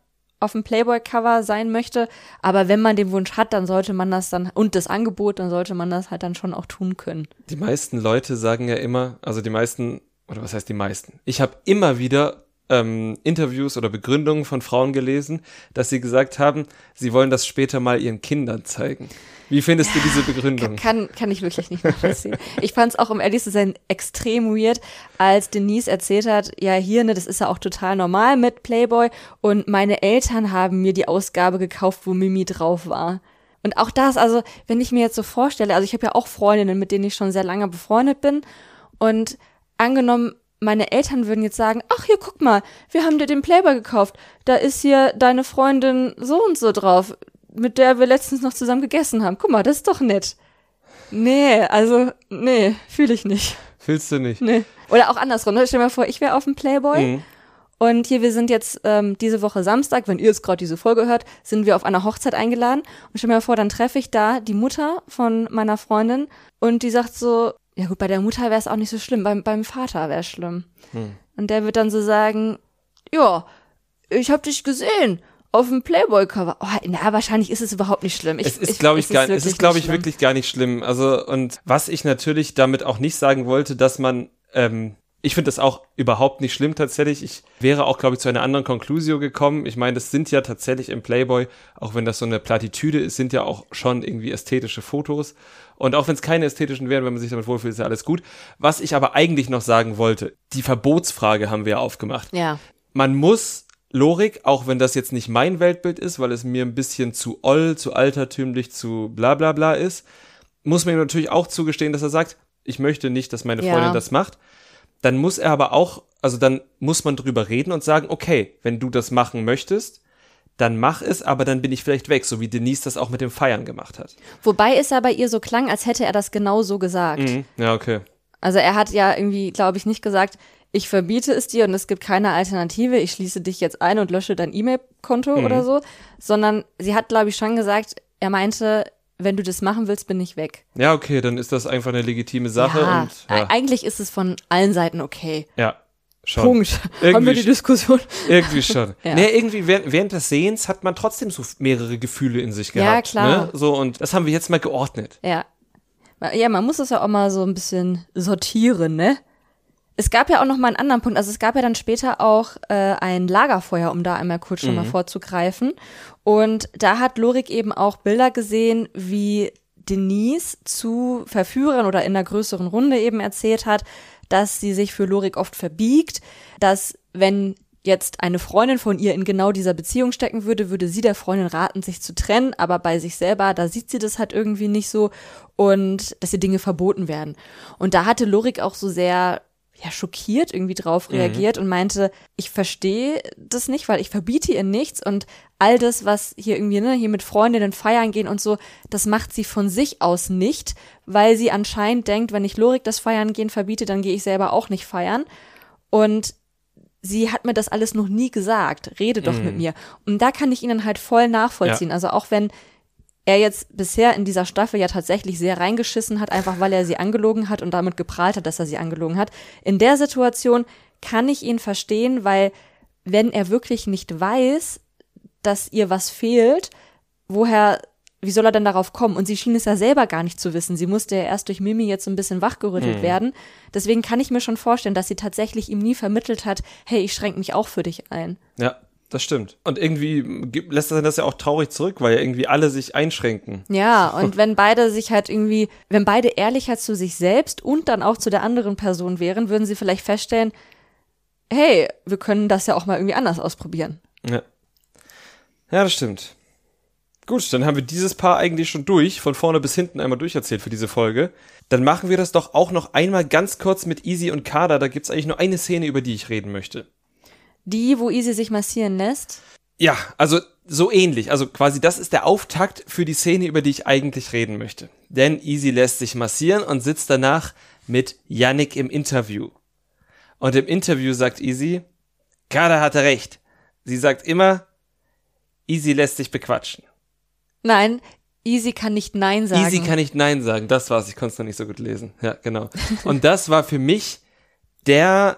auf dem Playboy-Cover sein möchte. Aber wenn man den Wunsch hat, dann sollte man das dann, und das Angebot, dann sollte man das halt dann schon auch tun können. Die meisten Leute sagen ja immer, also die meisten, oder was heißt die meisten? Ich habe immer wieder ähm, Interviews oder Begründungen von Frauen gelesen, dass sie gesagt haben, sie wollen das später mal ihren Kindern zeigen. Wie findest du diese Begründung? Kann, kann ich wirklich nicht nachvollziehen. Ich fand es auch, um ehrlich zu sein, extrem weird, als Denise erzählt hat, ja hier, ne, das ist ja auch total normal mit Playboy und meine Eltern haben mir die Ausgabe gekauft, wo Mimi drauf war. Und auch das, also wenn ich mir jetzt so vorstelle, also ich habe ja auch Freundinnen, mit denen ich schon sehr lange befreundet bin und angenommen, meine Eltern würden jetzt sagen, ach hier, guck mal, wir haben dir den Playboy gekauft, da ist hier deine Freundin so und so drauf, mit der wir letztens noch zusammen gegessen haben. Guck mal, das ist doch nett. Nee, also, nee, fühle ich nicht. Fühlst du nicht? Nee. Oder auch andersrum, ne? Stell dir mal vor, ich wäre auf dem Playboy Mhm. und hier, wir sind jetzt ähm, diese Woche Samstag, wenn ihr jetzt gerade diese Folge hört, sind wir auf einer Hochzeit eingeladen und stell dir mal vor, dann treffe ich da die Mutter von meiner Freundin und die sagt so, ja gut, bei der Mutter wäre es auch nicht so schlimm, beim, beim Vater wäre es schlimm. Mhm. Und der wird dann so sagen, ja, ich hab dich gesehen. Auf dem Playboy-Cover. Oh, na, wahrscheinlich ist es überhaupt nicht schlimm. Ich, es ist, glaube ich, es gar, es ist, glaube ich, schlimm. wirklich gar nicht schlimm. Also, und was ich natürlich damit auch nicht sagen wollte, dass man, ähm, ich finde das auch überhaupt nicht schlimm tatsächlich. Ich wäre auch, glaube ich, zu einer anderen Conclusio gekommen. Ich meine, das sind ja tatsächlich im Playboy, auch wenn das so eine Plattitüde ist, sind ja auch schon irgendwie ästhetische Fotos. Und auch wenn es keine ästhetischen wären, wenn man sich damit wohlfühlt, ist ja alles gut. Was ich aber eigentlich noch sagen wollte, die Verbotsfrage haben wir ja aufgemacht. Ja. Man muss Lorik, auch wenn das jetzt nicht mein Weltbild ist, weil es mir ein bisschen zu oll, zu altertümlich, zu bla bla bla ist, muss man ihm natürlich auch zugestehen, dass er sagt, ich möchte nicht, dass meine Freundin Ja. das macht. Dann muss er aber auch, also dann muss man drüber reden und sagen, okay, wenn du das machen möchtest, dann mach es, aber dann bin ich vielleicht weg, so wie Denise das auch mit dem Feiern gemacht hat. Wobei es ja bei ihr so klang, als hätte er das genau so gesagt. Mhm. Ja, okay. Also er hat ja irgendwie, glaube ich, nicht gesagt, ich verbiete es dir und es gibt keine Alternative, ich schließe dich jetzt ein und lösche dein E-Mail-Konto Mhm. oder so, sondern sie hat, glaube ich, schon gesagt, er meinte, wenn du das machen willst, bin ich weg. Ja, okay, dann ist das einfach eine legitime Sache ja, und ja, e- eigentlich ist es von allen Seiten okay. ja schon. Punkt. Haben Irgendwie wir die Diskussion. Irgendwie schon. Ja. Nee, irgendwie während, während des Sehens hat man trotzdem so mehrere Gefühle in sich Ja, gehabt. klar. Ne? So, und das haben wir jetzt mal geordnet. Ja. Ja, man muss es ja auch mal so ein bisschen sortieren, ne? Es gab ja auch noch mal einen anderen Punkt. Also es gab ja dann später auch äh, ein Lagerfeuer, um da einmal kurz schon mal vorzugreifen. Und da hat Lorik eben auch Bilder gesehen, wie Denise zu Verführern oder in einer größeren Runde eben erzählt hat, dass sie sich für Lorik oft verbiegt, dass wenn jetzt eine Freundin von ihr in genau dieser Beziehung stecken würde, würde sie der Freundin raten, sich zu trennen, aber bei sich selber, da sieht sie das halt irgendwie nicht so und dass ihr Dinge verboten werden. Und da hatte Lorik auch so sehr ja schockiert irgendwie drauf reagiert und meinte, ich verstehe das nicht, weil ich verbiete ihr nichts und all das, was hier irgendwie, ne, hier mit Freundinnen feiern gehen und so, das macht sie von sich aus nicht, weil sie anscheinend denkt, wenn ich Lorik das Feiern gehen verbiete, dann gehe ich selber auch nicht feiern. Und sie hat mir das alles noch nie gesagt, rede doch Mhm. mit mir. Und da kann ich ihn dann halt voll nachvollziehen. Ja. Also auch wenn er jetzt bisher in dieser Staffel ja tatsächlich sehr reingeschissen hat, einfach weil er sie angelogen hat und damit geprahlt hat, dass er sie angelogen hat. In der Situation kann ich ihn verstehen, weil wenn er wirklich nicht weiß, dass ihr was fehlt, woher, wie soll er denn darauf kommen? Und sie schien es ja selber gar nicht zu wissen. Sie musste ja erst durch Mimi jetzt so ein bisschen wachgerüttelt Mhm. werden. Deswegen kann ich mir schon vorstellen, dass sie tatsächlich ihm nie vermittelt hat, hey, ich schränke mich auch für dich ein. Ja, das stimmt. Und irgendwie gibt- lässt er das ja auch traurig zurück, weil ja irgendwie alle sich einschränken. Ja, und wenn beide sich halt irgendwie, wenn beide ehrlicher zu sich selbst und dann auch zu der anderen Person wären, würden sie vielleicht feststellen, hey, wir können das ja auch mal irgendwie anders ausprobieren. Ja. Ja, das stimmt. Gut, dann haben wir dieses Paar eigentlich schon durch, von vorne bis hinten einmal durcherzählt für diese Folge. Dann machen wir das doch auch noch einmal ganz kurz mit Easy und Kader. Da gibt's eigentlich nur eine Szene, über die ich reden möchte. Die, wo Easy sich massieren lässt. Ja, also so ähnlich. Also quasi das ist der Auftakt für die Szene, über die ich eigentlich reden möchte. Denn Easy lässt sich massieren und sitzt danach mit Yannick im Interview. Und im Interview sagt Easy, Kader hatte recht. Sie sagt immer, Easy lässt sich bequatschen. Nein, Easy kann nicht Nein sagen. Easy kann nicht Nein sagen. Das war's. Ich konnte es noch nicht so gut lesen. Ja, genau. Und das war für mich der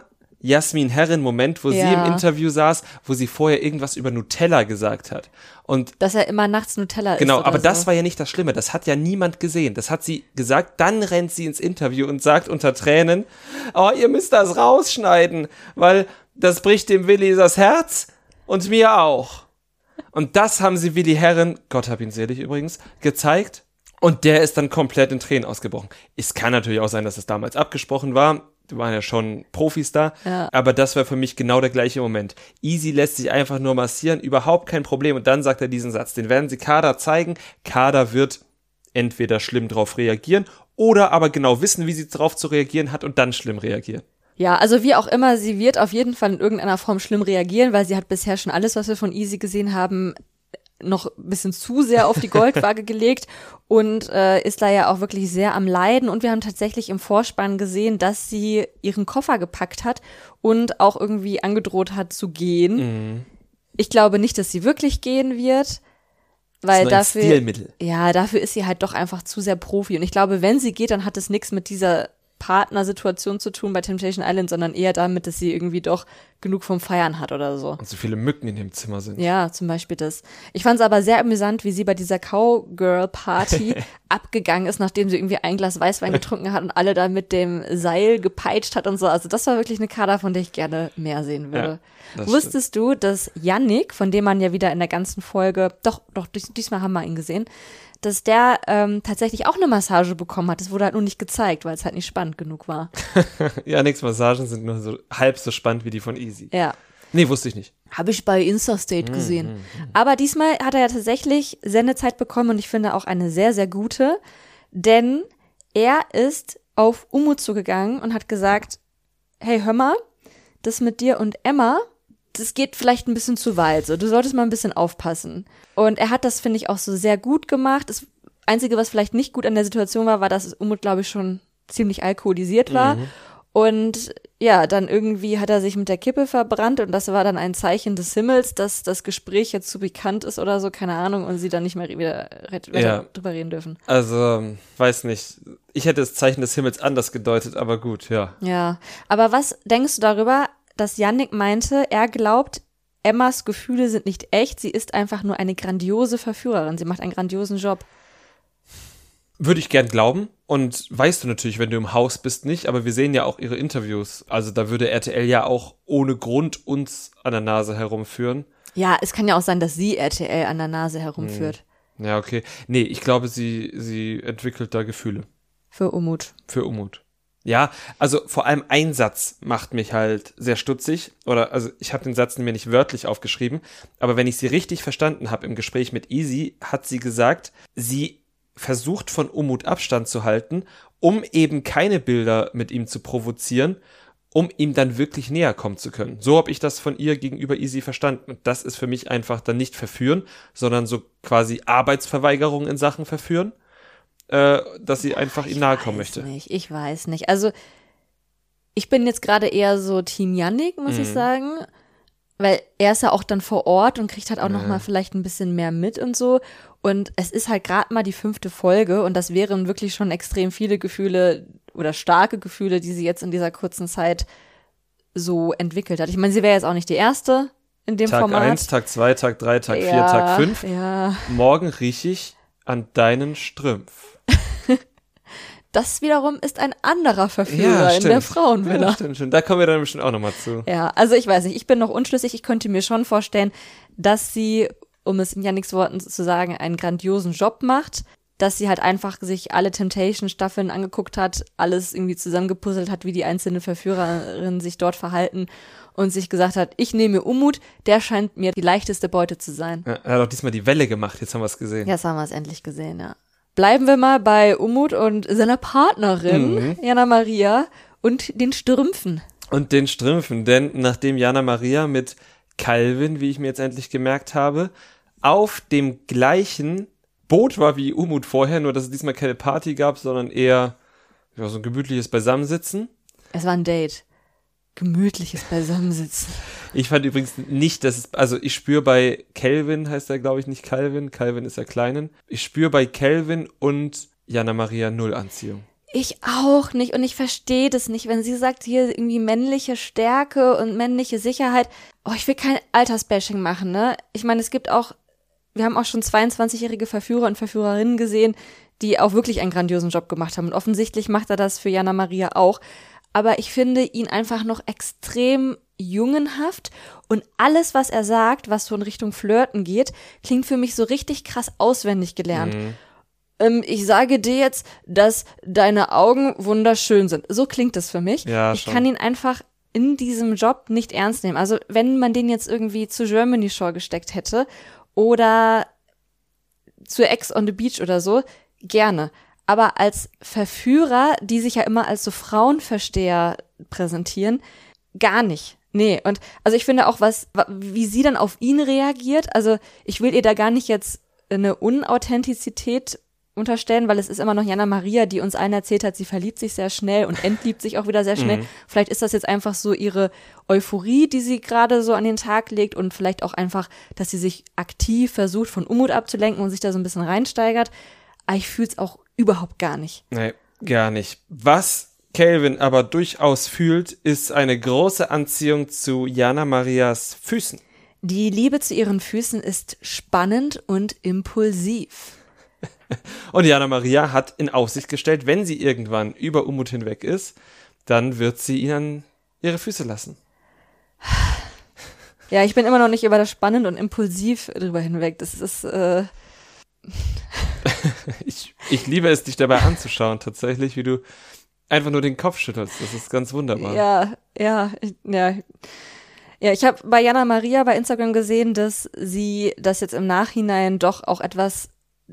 Jasmin Herren-Moment, wo Ja. sie im Interview saß, wo sie vorher irgendwas über Nutella gesagt hat. Und Dass er immer nachts Nutella genau, isst oder aber das so. war ja nicht das Schlimme. Das hat ja niemand gesehen. Das hat sie gesagt. Dann rennt sie ins Interview und sagt unter Tränen, oh, ihr müsst das rausschneiden, weil das bricht dem Willi das Herz und mir auch. Und das haben sie Willi Herren, Gott hab ihn selig übrigens, gezeigt. Und der ist dann komplett in Tränen ausgebrochen. Es kann natürlich auch sein, dass es damals abgesprochen war. Die waren ja schon Profis da. Ja. Aber das war für mich genau der gleiche Moment. Easy lässt sich einfach nur massieren, überhaupt kein Problem. Und dann sagt er diesen Satz, den werden sie Kader zeigen. Kader wird entweder schlimm drauf reagieren oder aber genau wissen, wie sie drauf zu reagieren hat und dann schlimm reagieren. Ja, also wie auch immer, sie wird auf jeden Fall in irgendeiner Form schlimm reagieren, weil sie hat bisher schon alles, was wir von Easy gesehen haben, noch ein bisschen zu sehr auf die Goldwaage gelegt und äh, ist da ja auch wirklich sehr am Leiden. Und wir haben tatsächlich im Vorspann gesehen, dass sie ihren Koffer gepackt hat und auch irgendwie angedroht hat zu gehen. Mhm. Ich glaube nicht, dass sie wirklich gehen wird, weil Das ist nur ein dafür, Stilmittel. ja, dafür ist sie halt doch einfach zu sehr Profi. Und ich glaube, wenn sie geht, dann hat es nichts mit dieser Partnersituation zu tun bei Temptation Island, sondern eher damit, dass sie irgendwie doch genug vom Feiern hat oder so. Und so viele Mücken in dem Zimmer sind. Ja, zum Beispiel das. Ich fand es aber sehr amüsant, wie sie bei dieser Cowgirl-Party abgegangen ist, nachdem sie irgendwie ein Glas Weißwein getrunken hat und alle da mit dem Seil gepeitscht hat und so. Also das war wirklich eine Kader, von der ich gerne mehr sehen würde. Ja, das Wusstest du, dass Yannick, von dem man ja wieder in der ganzen Folge, doch, doch, dies, diesmal haben wir ihn gesehen, dass der ähm, tatsächlich auch eine Massage bekommen hat. Das wurde halt nur nicht gezeigt, weil es halt nicht spannend genug war. Ja, nix Massagen sind nur so halb so spannend wie die von Easy. Ja. Nee, wusste ich nicht. Habe ich bei Instastate gesehen. Aber diesmal hat er ja tatsächlich Sendezeit bekommen und ich finde auch eine sehr, sehr gute, denn er ist auf Umut zugegangen und hat gesagt, hey, hör mal, das mit dir und Emma, das geht vielleicht ein bisschen zu weit, so, du solltest mal ein bisschen aufpassen. Und er hat das, finde ich, auch so sehr gut gemacht. Das Einzige, was vielleicht nicht gut an der Situation war, war, dass Umut, glaube ich, schon ziemlich alkoholisiert war. Mhm. Und ja, dann irgendwie hat er sich mit der Kippe verbrannt und das war dann ein Zeichen des Himmels, dass das Gespräch jetzt zu bekannt ist oder so, keine Ahnung, und sie dann nicht mehr wieder, wieder Ja. drüber reden dürfen. Also, weiß nicht. Ich hätte das Zeichen des Himmels anders gedeutet, aber gut, ja. Ja, aber was denkst du darüber, dass Yannick meinte, er glaubt, Emmas Gefühle sind nicht echt, sie ist einfach nur eine grandiose Verführerin, sie macht einen grandiosen Job. Würde ich gern glauben. Und weißt du natürlich, wenn du im Haus bist, nicht. Aber wir sehen ja auch ihre Interviews. Also da würde R T L ja auch ohne Grund uns an der Nase herumführen. Ja, es kann ja auch sein, dass sie R T L an der Nase herumführt. Ja, okay. Nee, ich glaube, sie, sie entwickelt da Gefühle Für Umut. für Umut. Ja, also vor allem ein Satz macht mich halt sehr stutzig. Oder, also ich habe den Satz mir nicht wörtlich aufgeschrieben. Aber wenn ich sie richtig verstanden habe im Gespräch mit Easy, hat sie gesagt, sie versucht von Umut Abstand zu halten, um eben keine Bilder mit ihm zu provozieren, um ihm dann wirklich näher kommen zu können. So habe ich das von ihr gegenüber Easy verstanden. Und das ist für mich einfach dann nicht verführen, sondern so quasi Arbeitsverweigerung in Sachen verführen, äh, dass sie einfach ihm nahe kommen möchte. Ich weiß nicht, ich weiß nicht. Also ich bin jetzt gerade eher so Team Yannick, muss Mhm. ich sagen, weil er ist ja auch dann vor Ort und kriegt halt auch Ja. noch mal vielleicht ein bisschen mehr mit und so. Und es ist halt gerade mal die fünfte Folge und das wären wirklich schon extrem viele Gefühle oder starke Gefühle, die sie jetzt in dieser kurzen Zeit so entwickelt hat. Ich meine, sie wäre jetzt auch nicht die erste in dem Tag Format. eins, Tag zwei, Tag drei, Tag vier, Ja, Tag fünf. Ja, Morgen riech ich an deinen Strümpf. das wiederum ist ein anderer Verführer in der Frauenvilla. Ja, stimmt, stimmt. Da kommen wir dann bestimmt auch nochmal zu. Ja, also ich weiß nicht, ich bin noch unschlüssig. Ich könnte mir schon vorstellen, dass sie, um es in Yannicks Worten zu sagen, einen grandiosen Job macht, dass sie halt einfach sich alle Temptation-Staffeln angeguckt hat, alles irgendwie zusammengepuzzelt hat, wie die einzelnen Verführerinnen sich dort verhalten und sich gesagt hat, ich nehme Umut, der scheint mir die leichteste Beute zu sein. Ja, er hat auch diesmal die Welle gemacht, jetzt haben wir es gesehen. Jetzt haben wir es endlich gesehen, ja. Bleiben wir mal bei Umut und seiner Partnerin, Mhm. Jana Maria, und den Strümpfen. Und den Strümpfen, denn nachdem Jana Maria mit Calvin, wie ich mir jetzt endlich gemerkt habe, auf dem gleichen Boot war wie Umut vorher, nur dass es diesmal keine Party gab, sondern eher ja, so ein gemütliches Beisammensitzen. Es war ein Date. Gemütliches Beisammensitzen. Ich fand übrigens nicht, dass es, also ich spüre bei Calvin, heißt er glaube ich nicht Calvin, Calvin ist der Kleinen. Ich spüre bei Calvin und Jana Maria null Anziehung. Ich auch nicht und ich verstehe das nicht, wenn sie sagt, hier irgendwie männliche Stärke und männliche Sicherheit. Oh, ich will kein Altersbashing machen, ne? Ich meine, es gibt auch, wir haben auch schon zweiundzwanzigjährige Verführer und Verführerinnen gesehen, die auch wirklich einen grandiosen Job gemacht haben. Und offensichtlich macht er das für Jana Maria auch. Aber ich finde ihn einfach noch extrem jungenhaft und alles, was er sagt, was so in Richtung Flirten geht, klingt für mich so richtig krass auswendig gelernt. Mhm. Ähm, ich sage dir jetzt, dass deine Augen wunderschön sind. So klingt das für mich. Ja, ich schon. kann ihn einfach in diesem Job nicht ernst nehmen. Also wenn man den jetzt irgendwie zu Germany Shore gesteckt hätte oder zu Ex on the Beach oder so, gerne. Aber als Verführer, die sich ja immer als so Frauenversteher präsentieren, gar nicht. Nee, und also ich finde auch, was, wie sie dann auf ihn reagiert, also ich will ihr da gar nicht jetzt eine Unauthentizität unterstellen, weil es ist immer noch Jana Maria, die uns allen erzählt hat, sie verliebt sich sehr schnell und entliebt sich auch wieder sehr schnell. Mhm. Vielleicht ist das jetzt einfach so ihre Euphorie, die sie gerade so an den Tag legt und vielleicht auch einfach, dass sie sich aktiv versucht, von Unmut abzulenken und sich da so ein bisschen reinsteigert. Aber ich fühle es auch überhaupt gar nicht. Nee, gar nicht. Was Calvin aber durchaus fühlt, ist eine große Anziehung zu Jana Marias Füßen. Die Liebe zu ihren Füßen ist spannend und impulsiv. Und Jana Maria hat in Aussicht gestellt, wenn sie irgendwann über Umut hinweg ist, dann wird sie ihn an ihre Füße lassen. Ja, ich bin immer noch nicht über das spannend und impulsiv drüber hinweg. Das ist, äh ich, ich liebe es, dich dabei anzuschauen, tatsächlich, wie du einfach nur den Kopf schüttelst. Das ist ganz wunderbar. Ja, ja, ja. Ja, ich habe bei Jana Maria bei Instagram gesehen, dass sie das jetzt im Nachhinein doch auch etwas,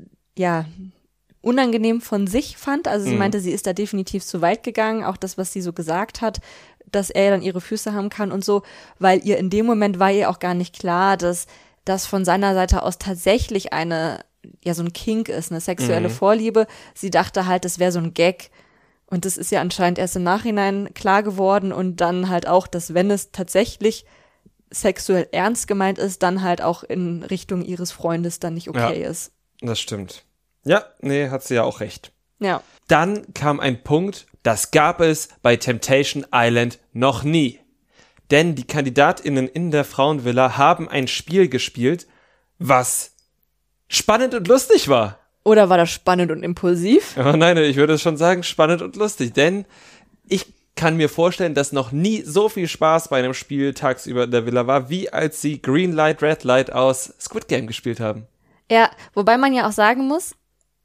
ja, unangenehm von sich fand. Also sie mhm. meinte, sie ist da definitiv zu weit gegangen. Auch das, was sie so gesagt hat, dass er dann ihre Füße haben kann und so, weil ihr in dem Moment war ihr auch gar nicht klar, dass das von seiner Seite aus tatsächlich eine, ja, so ein Kink ist, eine sexuelle mhm. Vorliebe. Sie dachte halt, das wäre so ein Gag. Und das ist ja anscheinend erst im Nachhinein klar geworden und dann halt auch, dass wenn es tatsächlich sexuell ernst gemeint ist, dann halt auch in Richtung ihres Freundes dann nicht okay ja, ist. Das stimmt. Ja, nee, hat sie ja auch recht. Ja. Dann kam ein Punkt, das gab es bei Temptation Island noch nie. Denn die KandidatInnen in der Frauenvilla haben ein Spiel gespielt, was spannend und lustig war. Oder war das spannend und impulsiv? Oh nein, ich würde schon sagen spannend und lustig, denn ich kann mir vorstellen, dass noch nie so viel Spaß bei einem Spiel tagsüber in der Villa war, wie als sie Green Light, Red Light aus Squid Game gespielt haben. Ja, wobei man ja auch sagen muss,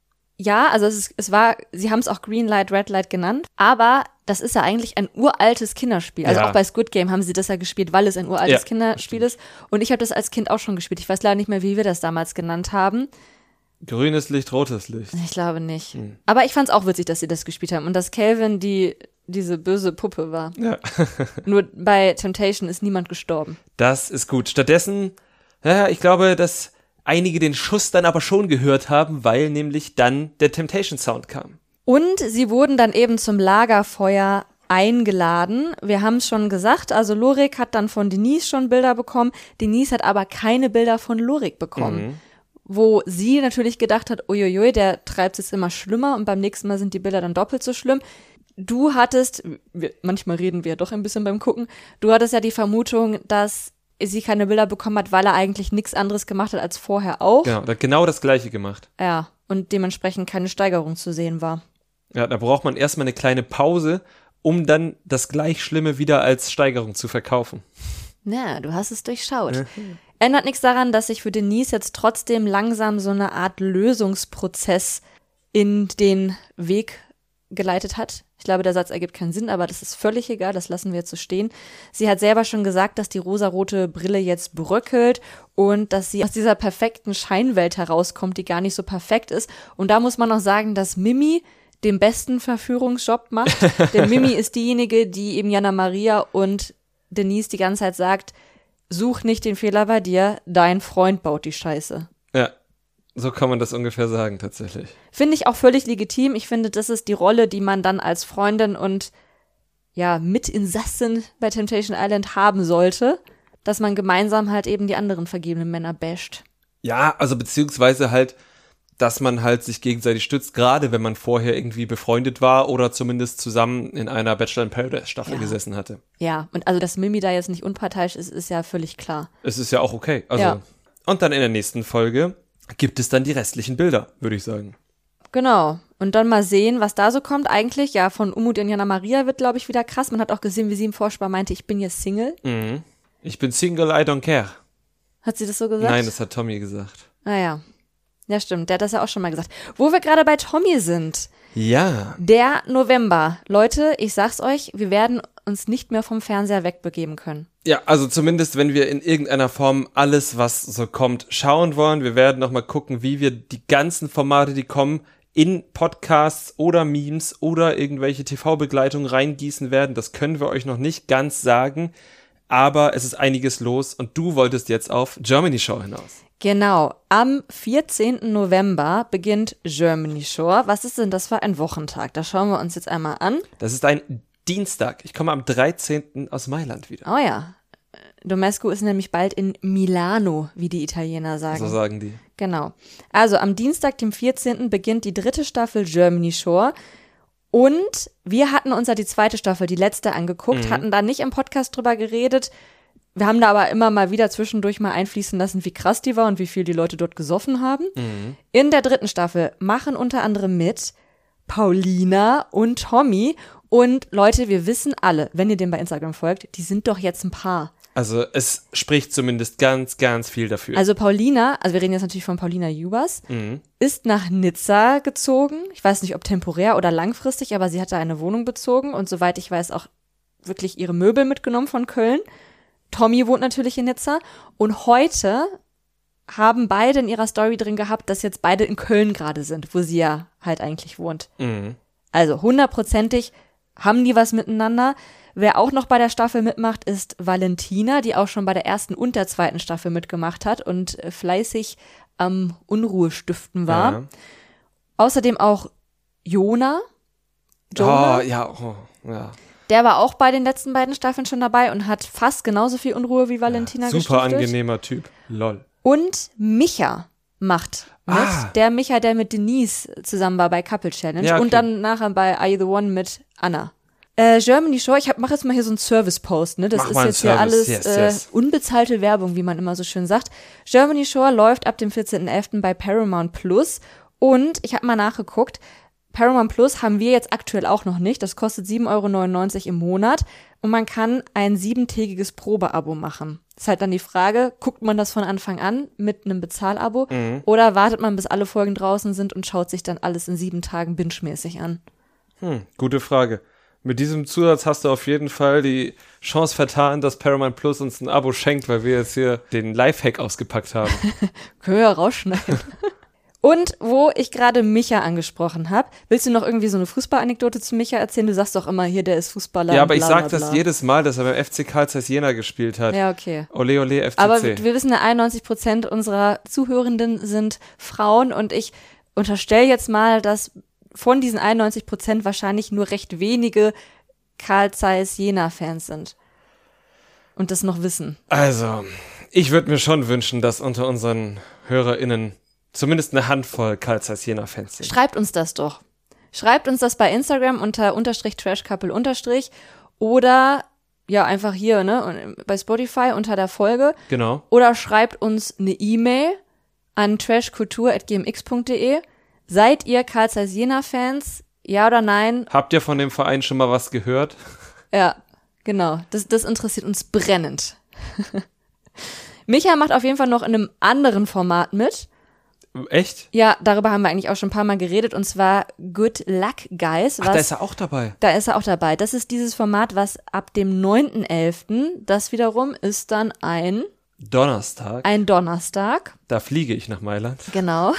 ja, also es, ist, es war, sie haben es auch Green Light, Red Light genannt, aber das ist ja eigentlich ein uraltes Kinderspiel. Also ja. auch bei Squid Game haben sie das ja gespielt, weil es ein uraltes ja, Kinderspiel ist. Und ich habe das als Kind auch schon gespielt. Ich weiß leider nicht mehr, wie wir das damals genannt haben. Grünes Licht, rotes Licht. Ich glaube nicht. Hm. Aber ich fand es auch witzig, dass sie das gespielt haben und dass Calvin die diese böse Puppe war. Ja. Nur bei Temptation ist niemand gestorben. Das ist gut. Stattdessen, ja, ich glaube, dass einige den Schuss dann aber schon gehört haben, weil nämlich dann der Temptation-Sound kam. Und sie wurden dann eben zum Lagerfeuer eingeladen. Wir haben es schon gesagt, also Lorik hat dann von Denise schon Bilder bekommen. Denise hat aber keine Bilder von Lorik bekommen. Mhm. Wo sie natürlich gedacht hat, uiuiui, der treibt es immer schlimmer und beim nächsten Mal sind die Bilder dann doppelt so schlimm. Du hattest, wir, manchmal reden wir ja doch ein bisschen beim Gucken, du hattest ja die Vermutung, dass sie keine Bilder bekommen hat, weil er eigentlich nichts anderes gemacht hat als vorher auch. Genau, er hat genau das Gleiche gemacht. Ja, und dementsprechend keine Steigerung zu sehen war. Ja, da braucht man erstmal eine kleine Pause, um dann das gleich Schlimme wieder als Steigerung zu verkaufen. Na, du hast es durchschaut. Mhm. Ändert nichts daran, dass sich für Denise jetzt trotzdem langsam so eine Art Lösungsprozess in den Weg geleitet hat. Ich glaube, der Satz ergibt keinen Sinn, aber das ist völlig egal, das lassen wir jetzt so stehen. Sie hat selber schon gesagt, dass die rosarote Brille jetzt bröckelt und dass sie aus dieser perfekten Scheinwelt herauskommt, die gar nicht so perfekt ist. Und da muss man noch sagen, dass Mimi den besten Verführungsjob macht. Denn Mimi ist diejenige, die eben Jana Maria und Denise die ganze Zeit sagt, such nicht den Fehler bei dir, dein Freund baut die Scheiße. Ja. So kann man das ungefähr sagen, tatsächlich. Finde ich auch völlig legitim. Ich finde, das ist die Rolle, die man dann als Freundin und ja, Mitinsassin bei Temptation Island haben sollte, dass man gemeinsam halt eben die anderen vergebenen Männer basht. Ja, also beziehungsweise halt dass man halt sich gegenseitig stützt, gerade wenn man vorher irgendwie befreundet war oder zumindest zusammen in einer Bachelor in Paradise Staffel Ja. gesessen hatte. Ja, und also, dass Mimi da jetzt nicht unparteiisch ist, ist ja völlig klar. Es ist ja auch okay. Also, Ja. Und dann in der nächsten Folge gibt es dann die restlichen Bilder, würde ich sagen. Genau. Und dann mal sehen, was da so kommt. Eigentlich, ja, von Umut und Jana Maria wird, glaube ich, wieder krass. Man hat auch gesehen, wie sie im Vorspann meinte, ich bin jetzt Single. Mhm. Ich bin Single, I don't care. Hat sie das so gesagt? Nein, das hat Tommy gesagt. Naja. Ja, stimmt. Der hat das ja auch schon mal gesagt. Wo wir gerade bei Tommy sind. Ja. Der November. Leute, ich sag's euch, wir werden uns nicht mehr vom Fernseher wegbegeben können. Ja, also zumindest, wenn wir in irgendeiner Form alles, was so kommt, schauen wollen. Wir werden nochmal gucken, wie wir die ganzen Formate, die kommen, in Podcasts oder Memes oder irgendwelche T V-Begleitungen reingießen werden. Das können wir euch noch nicht ganz sagen, aber es ist einiges los und du wolltest jetzt auf Germany Show hinaus. Genau. Am vierzehnten November beginnt Germany Shore. Was ist denn das für ein Wochentag? Das schauen wir uns jetzt einmal an. Das ist ein Dienstag. Ich komme am dreizehnten aus Mailand wieder. Oh ja. Domescu ist nämlich bald in Milano, wie die Italiener sagen. So sagen die. Genau. Also am Dienstag, dem vierzehnten beginnt die dritte Staffel Germany Shore. Und wir hatten uns ja die zweite Staffel, die letzte, angeguckt, Mhm. hatten da nicht im Podcast drüber geredet. Wir haben da aber immer mal wieder zwischendurch mal einfließen lassen, wie krass die war und wie viel die Leute dort gesoffen haben. Mhm. In der dritten Staffel machen unter anderem mit Paulina und Tommy. Und Leute, wir wissen alle, wenn ihr dem bei Instagram folgt, die sind doch jetzt ein Paar. Also es spricht zumindest ganz, ganz viel dafür. Also Paulina, also wir reden jetzt natürlich von Paulina Jubas, Mhm. ist nach Nizza gezogen. Ich weiß nicht, ob temporär oder langfristig, aber sie hat da eine Wohnung bezogen und soweit ich weiß auch wirklich ihre Möbel mitgenommen von Köln. Tommy wohnt natürlich in Nizza und heute haben beide in ihrer Story drin gehabt, dass jetzt beide in Köln gerade sind, wo sie ja halt eigentlich wohnt. Mhm. Also hundertprozentig haben die was miteinander. Wer auch noch bei der Staffel mitmacht, ist Valentina, die auch schon bei der ersten und der zweiten Staffel mitgemacht hat und äh, fleißig am Unruhestiften war. Ja. Außerdem auch Jona. Jonah, Oh, ja, oh, ja. der war auch bei den letzten beiden Staffeln schon dabei und hat fast genauso viel Unruhe wie Valentina Super gestiftet. angenehmer Typ. Lol. Und Micha macht mit. Ah. Der Micha, der mit Denise zusammen war bei Couple Challenge Ja, okay. und dann nachher bei Are You the One mit Anna. Äh, Germany Shore, ich mache jetzt mal hier so einen Service-Post, ne? Das Mach ist mal einen jetzt hier Service, alles yes, äh, yes. unbezahlte Werbung, wie man immer so schön sagt. Germany Shore läuft ab dem vierzehnten elften bei Paramount Plus und ich habe mal nachgeguckt, Paramount Plus haben wir jetzt aktuell auch noch nicht. Das kostet sieben Euro neunundneunzig im Monat und man kann ein siebentägiges Probeabo machen. Das ist halt dann die Frage, guckt man das von Anfang an mit einem Bezahlabo Mhm. oder wartet man, bis alle Folgen draußen sind und schaut sich dann alles in sieben Tagen binge-mäßig an? Hm, gute Frage. Mit diesem Zusatz hast du auf jeden Fall die Chance vertan, dass Paramount Plus uns ein Abo schenkt, weil wir jetzt hier den Lifehack ausgepackt haben. Können wir ja rausschneiden. Und wo ich gerade Micha angesprochen habe, willst du noch irgendwie so eine Fußballanekdote zu Micha erzählen? Du sagst doch immer hier, der ist Fußballer. Ja, aber und ich bla, sag bla, das bla. jedes Mal, dass er beim F C Karl Zeiss Jena gespielt hat. Ja, okay. Ole, ole, F C C. Aber wir wissen ja, einundneunzig Prozent unserer Zuhörenden sind Frauen und ich unterstelle jetzt mal, dass von diesen einundneunzig Prozent wahrscheinlich nur recht wenige Carl Zeiss Jena-Fans sind und das noch wissen. Also, ich würde mir schon wünschen, dass unter unseren HörerInnen zumindest eine Handvoll Carl Zeiss Jena-Fans sind. Schreibt uns das doch. Schreibt uns das bei Instagram unter unterstrich trashcouple unterstrich oder ja einfach hier, ne, bei Spotify unter der Folge. Genau. Oder schreibt uns eine E-Mail an trashkultur at g m x punkt d e. Seid ihr Carl Zeiss Jena-Fans? Ja oder nein? Habt ihr von dem Verein schon mal was gehört? Ja, genau. Das, das interessiert uns brennend. Micha macht auf jeden Fall noch in einem anderen Format mit. Echt? Ja, darüber haben wir eigentlich auch schon ein paar Mal geredet, und zwar Good Luck Guys. Ach, Was, da ist er auch dabei. da ist er auch dabei. Das ist dieses Format, was ab dem neunten elften, das wiederum ist dann ein, Donnerstag. ein Donnerstag. Da fliege ich nach Mailand. Genau.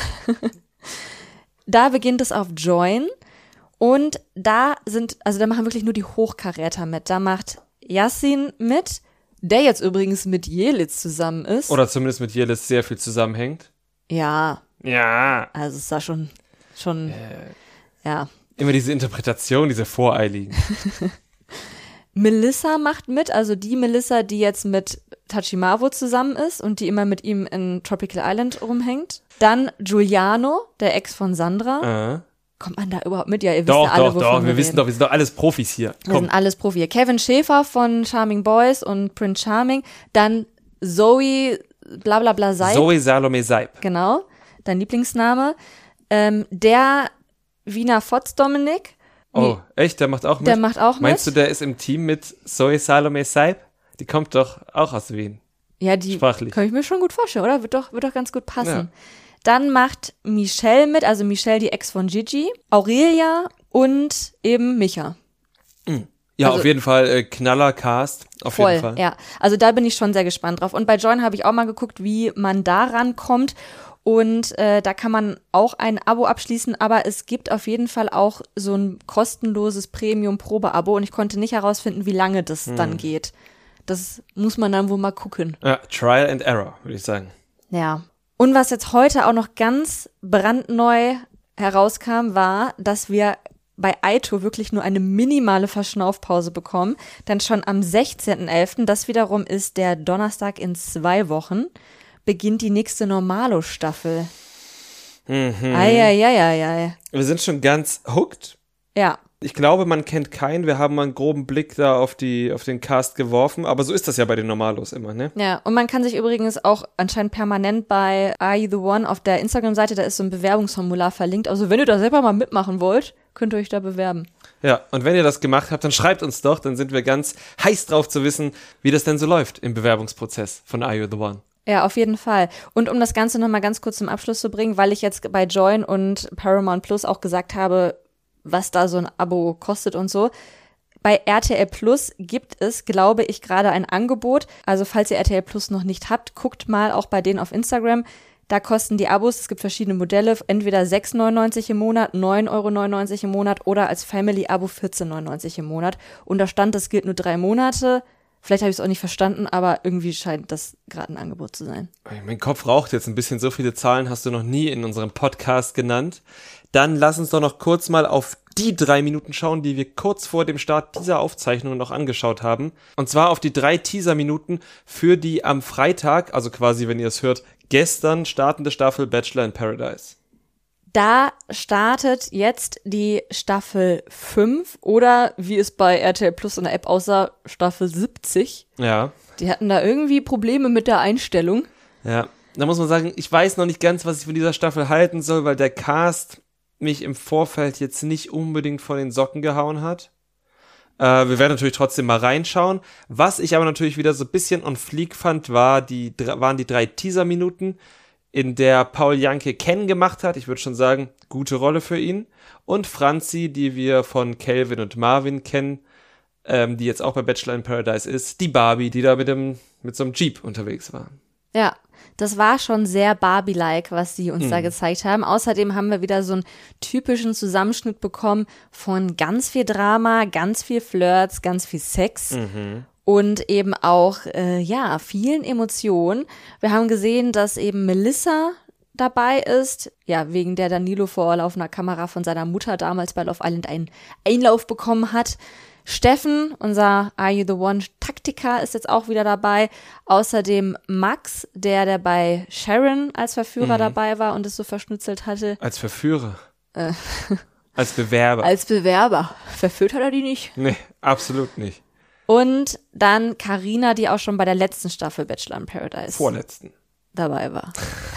Da beginnt es auf Join. Und da sind, also da machen wirklich nur die Hochkaräter mit. Da macht Yassin mit, der jetzt übrigens mit Jelitz zusammen ist. Oder zumindest mit Jelis sehr viel zusammenhängt. Ja, Ja. also es ist da schon, schon, Äh, ja. immer diese Interpretation, diese voreiligen. Melissa macht mit, also die Melissa, die jetzt mit Tachimaru zusammen ist und die immer mit ihm in Tropical Island rumhängt. Dann Giuliano, der Ex von Sandra. Äh. Kommt man da überhaupt mit? Ja, ihr wisst Doch, ja alle, doch, wovon doch. wir Wir reden. wissen doch, wir sind doch alles Profis hier. Wir Komm. sind alles Profi. Kevin Schäfer von Charming Boys und Prince Charming. Dann Zoe, bla bla bla Seib. Zoe Salome Seib. Genau, dein Lieblingsname. Ähm, der Wiener Fotz Dominik. Oh, echt? Der macht auch mit? Der macht auch mit. Meinst du, der ist im Team mit Zoe Salome Seib? Die kommt doch auch aus Wien. Ja, die Sprachlich. kann ich mir schon gut vorstellen, oder? Wird doch, wird doch ganz gut passen. Ja. Dann macht Michelle mit, also Michelle, die Ex von Gigi, Aurelia und eben Micha. Ja, Also- auf jeden Fall äh, Knaller-Cast. Auf Voll, jeden Fall. ja. Also da bin ich schon sehr gespannt drauf. Und bei Join habe ich auch mal geguckt, wie man da rankommt. Und äh, da kann man auch ein Abo abschließen, aber es gibt auf jeden Fall auch so ein kostenloses Premium-Probe-Abo und ich konnte nicht herausfinden, wie lange das Hm. dann geht. Das muss man dann wohl mal gucken. Ja, Trial and Error, würde ich sagen. Ja. Und was jetzt heute auch noch ganz brandneu herauskam, war, dass wir bei Aito wirklich nur eine minimale Verschnaufpause bekommen. Denn schon am sechzehnten elften, das wiederum ist der Donnerstag in zwei Wochen, beginnt die nächste Normalo-Staffel. Mhm. Eieieiei. Wir sind schon ganz hooked. Ja. Ich glaube, man kennt keinen. Wir haben mal einen groben Blick da auf, die, auf den Cast geworfen. Aber so ist das ja bei den Normalos immer, ne? Ja, und man kann sich übrigens auch anscheinend permanent bei Are You The One auf der Instagram-Seite, da ist so ein Bewerbungsformular verlinkt. Also wenn ihr da selber mal mitmachen wollt, könnt ihr euch da bewerben. Ja, und wenn ihr das gemacht habt, dann schreibt uns doch. Dann sind wir ganz heiß drauf zu wissen, wie das denn so läuft im Bewerbungsprozess von Are You The One. Ja, auf jeden Fall. Und um das Ganze nochmal ganz kurz zum Abschluss zu bringen, weil ich jetzt bei Join und Paramount Plus auch gesagt habe, was da so ein Abo kostet und so. Bei R T L Plus gibt es, glaube ich, gerade ein Angebot. Also falls ihr R T L Plus noch nicht habt, guckt mal auch bei denen auf Instagram. Da kosten die Abos, es gibt verschiedene Modelle, entweder sechs Euro neunundneunzig im Monat, neun Euro neunundneunzig im Monat oder als Family-Abo vierzehn Euro neunundneunzig im Monat. Und da stand, das gilt nur drei Monate. Vielleicht habe ich es auch nicht verstanden, aber irgendwie scheint das gerade ein Angebot zu sein. Mein Kopf raucht jetzt ein bisschen. So viele Zahlen hast du noch nie in unserem Podcast genannt. Dann lass uns doch noch kurz mal auf die drei Minuten schauen, die wir kurz vor dem Start dieser Aufzeichnung noch angeschaut haben. Und zwar auf die drei Teaser-Minuten für die am Freitag, also quasi, wenn ihr es hört, gestern startende Staffel Bachelor in Paradise. Da startet jetzt die Staffel fünf oder wie es bei R T L Plus in der App aussah, Staffel siebzig. Ja, Die hatten da irgendwie Probleme mit der Einstellung. ja. Da muss man sagen, ich weiß noch nicht ganz, was ich von dieser Staffel halten soll, weil der Cast mich im Vorfeld jetzt nicht unbedingt von den Socken gehauen hat. Äh, wir werden natürlich trotzdem mal reinschauen. Was ich aber natürlich wieder so ein bisschen on fleek fand, war die, waren die drei Teaser-Minuten, in der Paul Janke Ken gemacht hat. Ich würde schon sagen, gute Rolle für ihn. Und Franzi, die wir von Kelvin und Marvin kennen, ähm, die jetzt auch bei Bachelor in Paradise ist. Die Barbie, die da mit, dem, mit so einem Jeep unterwegs war. Ja, das war schon sehr Barbie-like, was sie uns Mhm. da gezeigt haben. Außerdem haben wir wieder so einen typischen Zusammenschnitt bekommen von ganz viel Drama, ganz viel Flirts, ganz viel Sex. Mhm. Und eben auch, äh, ja, vielen Emotionen. Wir haben gesehen, dass eben Melissa dabei ist, ja, wegen der Danilo vor laufender Kamera von seiner Mutter damals bei Love Island einen Einlauf bekommen hat. Steffen, unser Are You The One Taktiker, ist jetzt auch wieder dabei. Außerdem Max, der, der bei Sharon als Verführer Mhm. dabei war und es so verschnitzelt hatte. Als Verführer. Äh. Als Bewerber. Als Bewerber. Verführt hat er die nicht. Nee, absolut nicht. Und dann Carina, die auch schon bei der letzten Staffel Bachelor in Paradise Vorletzten. dabei war.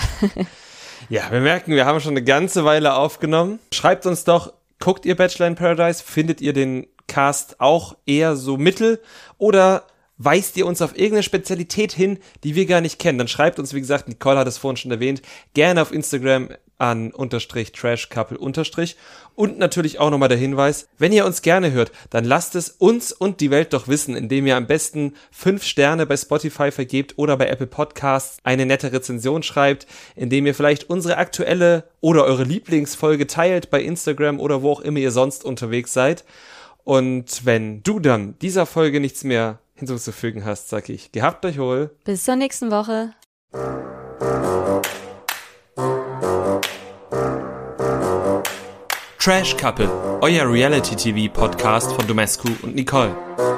Ja, wir merken, wir haben schon eine ganze Weile aufgenommen. Schreibt uns doch, guckt ihr Bachelor in Paradise? Findet ihr den Cast auch eher so mittel? Oder weist ihr uns auf irgendeine Spezialität hin, die wir gar nicht kennen? Dann schreibt uns, wie gesagt, Nicole hat es vorhin schon erwähnt, gerne auf Instagram an unterstrich trashcouple unterstrich. Und natürlich auch nochmal der Hinweis, wenn ihr uns gerne hört, dann lasst es uns und die Welt doch wissen, indem ihr am besten fünf Sterne bei Spotify vergebt oder bei Apple Podcasts eine nette Rezension schreibt, indem ihr vielleicht unsere aktuelle oder eure Lieblingsfolge teilt bei Instagram oder wo auch immer ihr sonst unterwegs seid. Und wenn du dann dieser Folge nichts mehr hinzuzufügen hast, sag ich, gehabt euch wohl. Bis zur nächsten Woche. Trash Couple, euer Reality-T V-Podcast von Domescu und Nicole.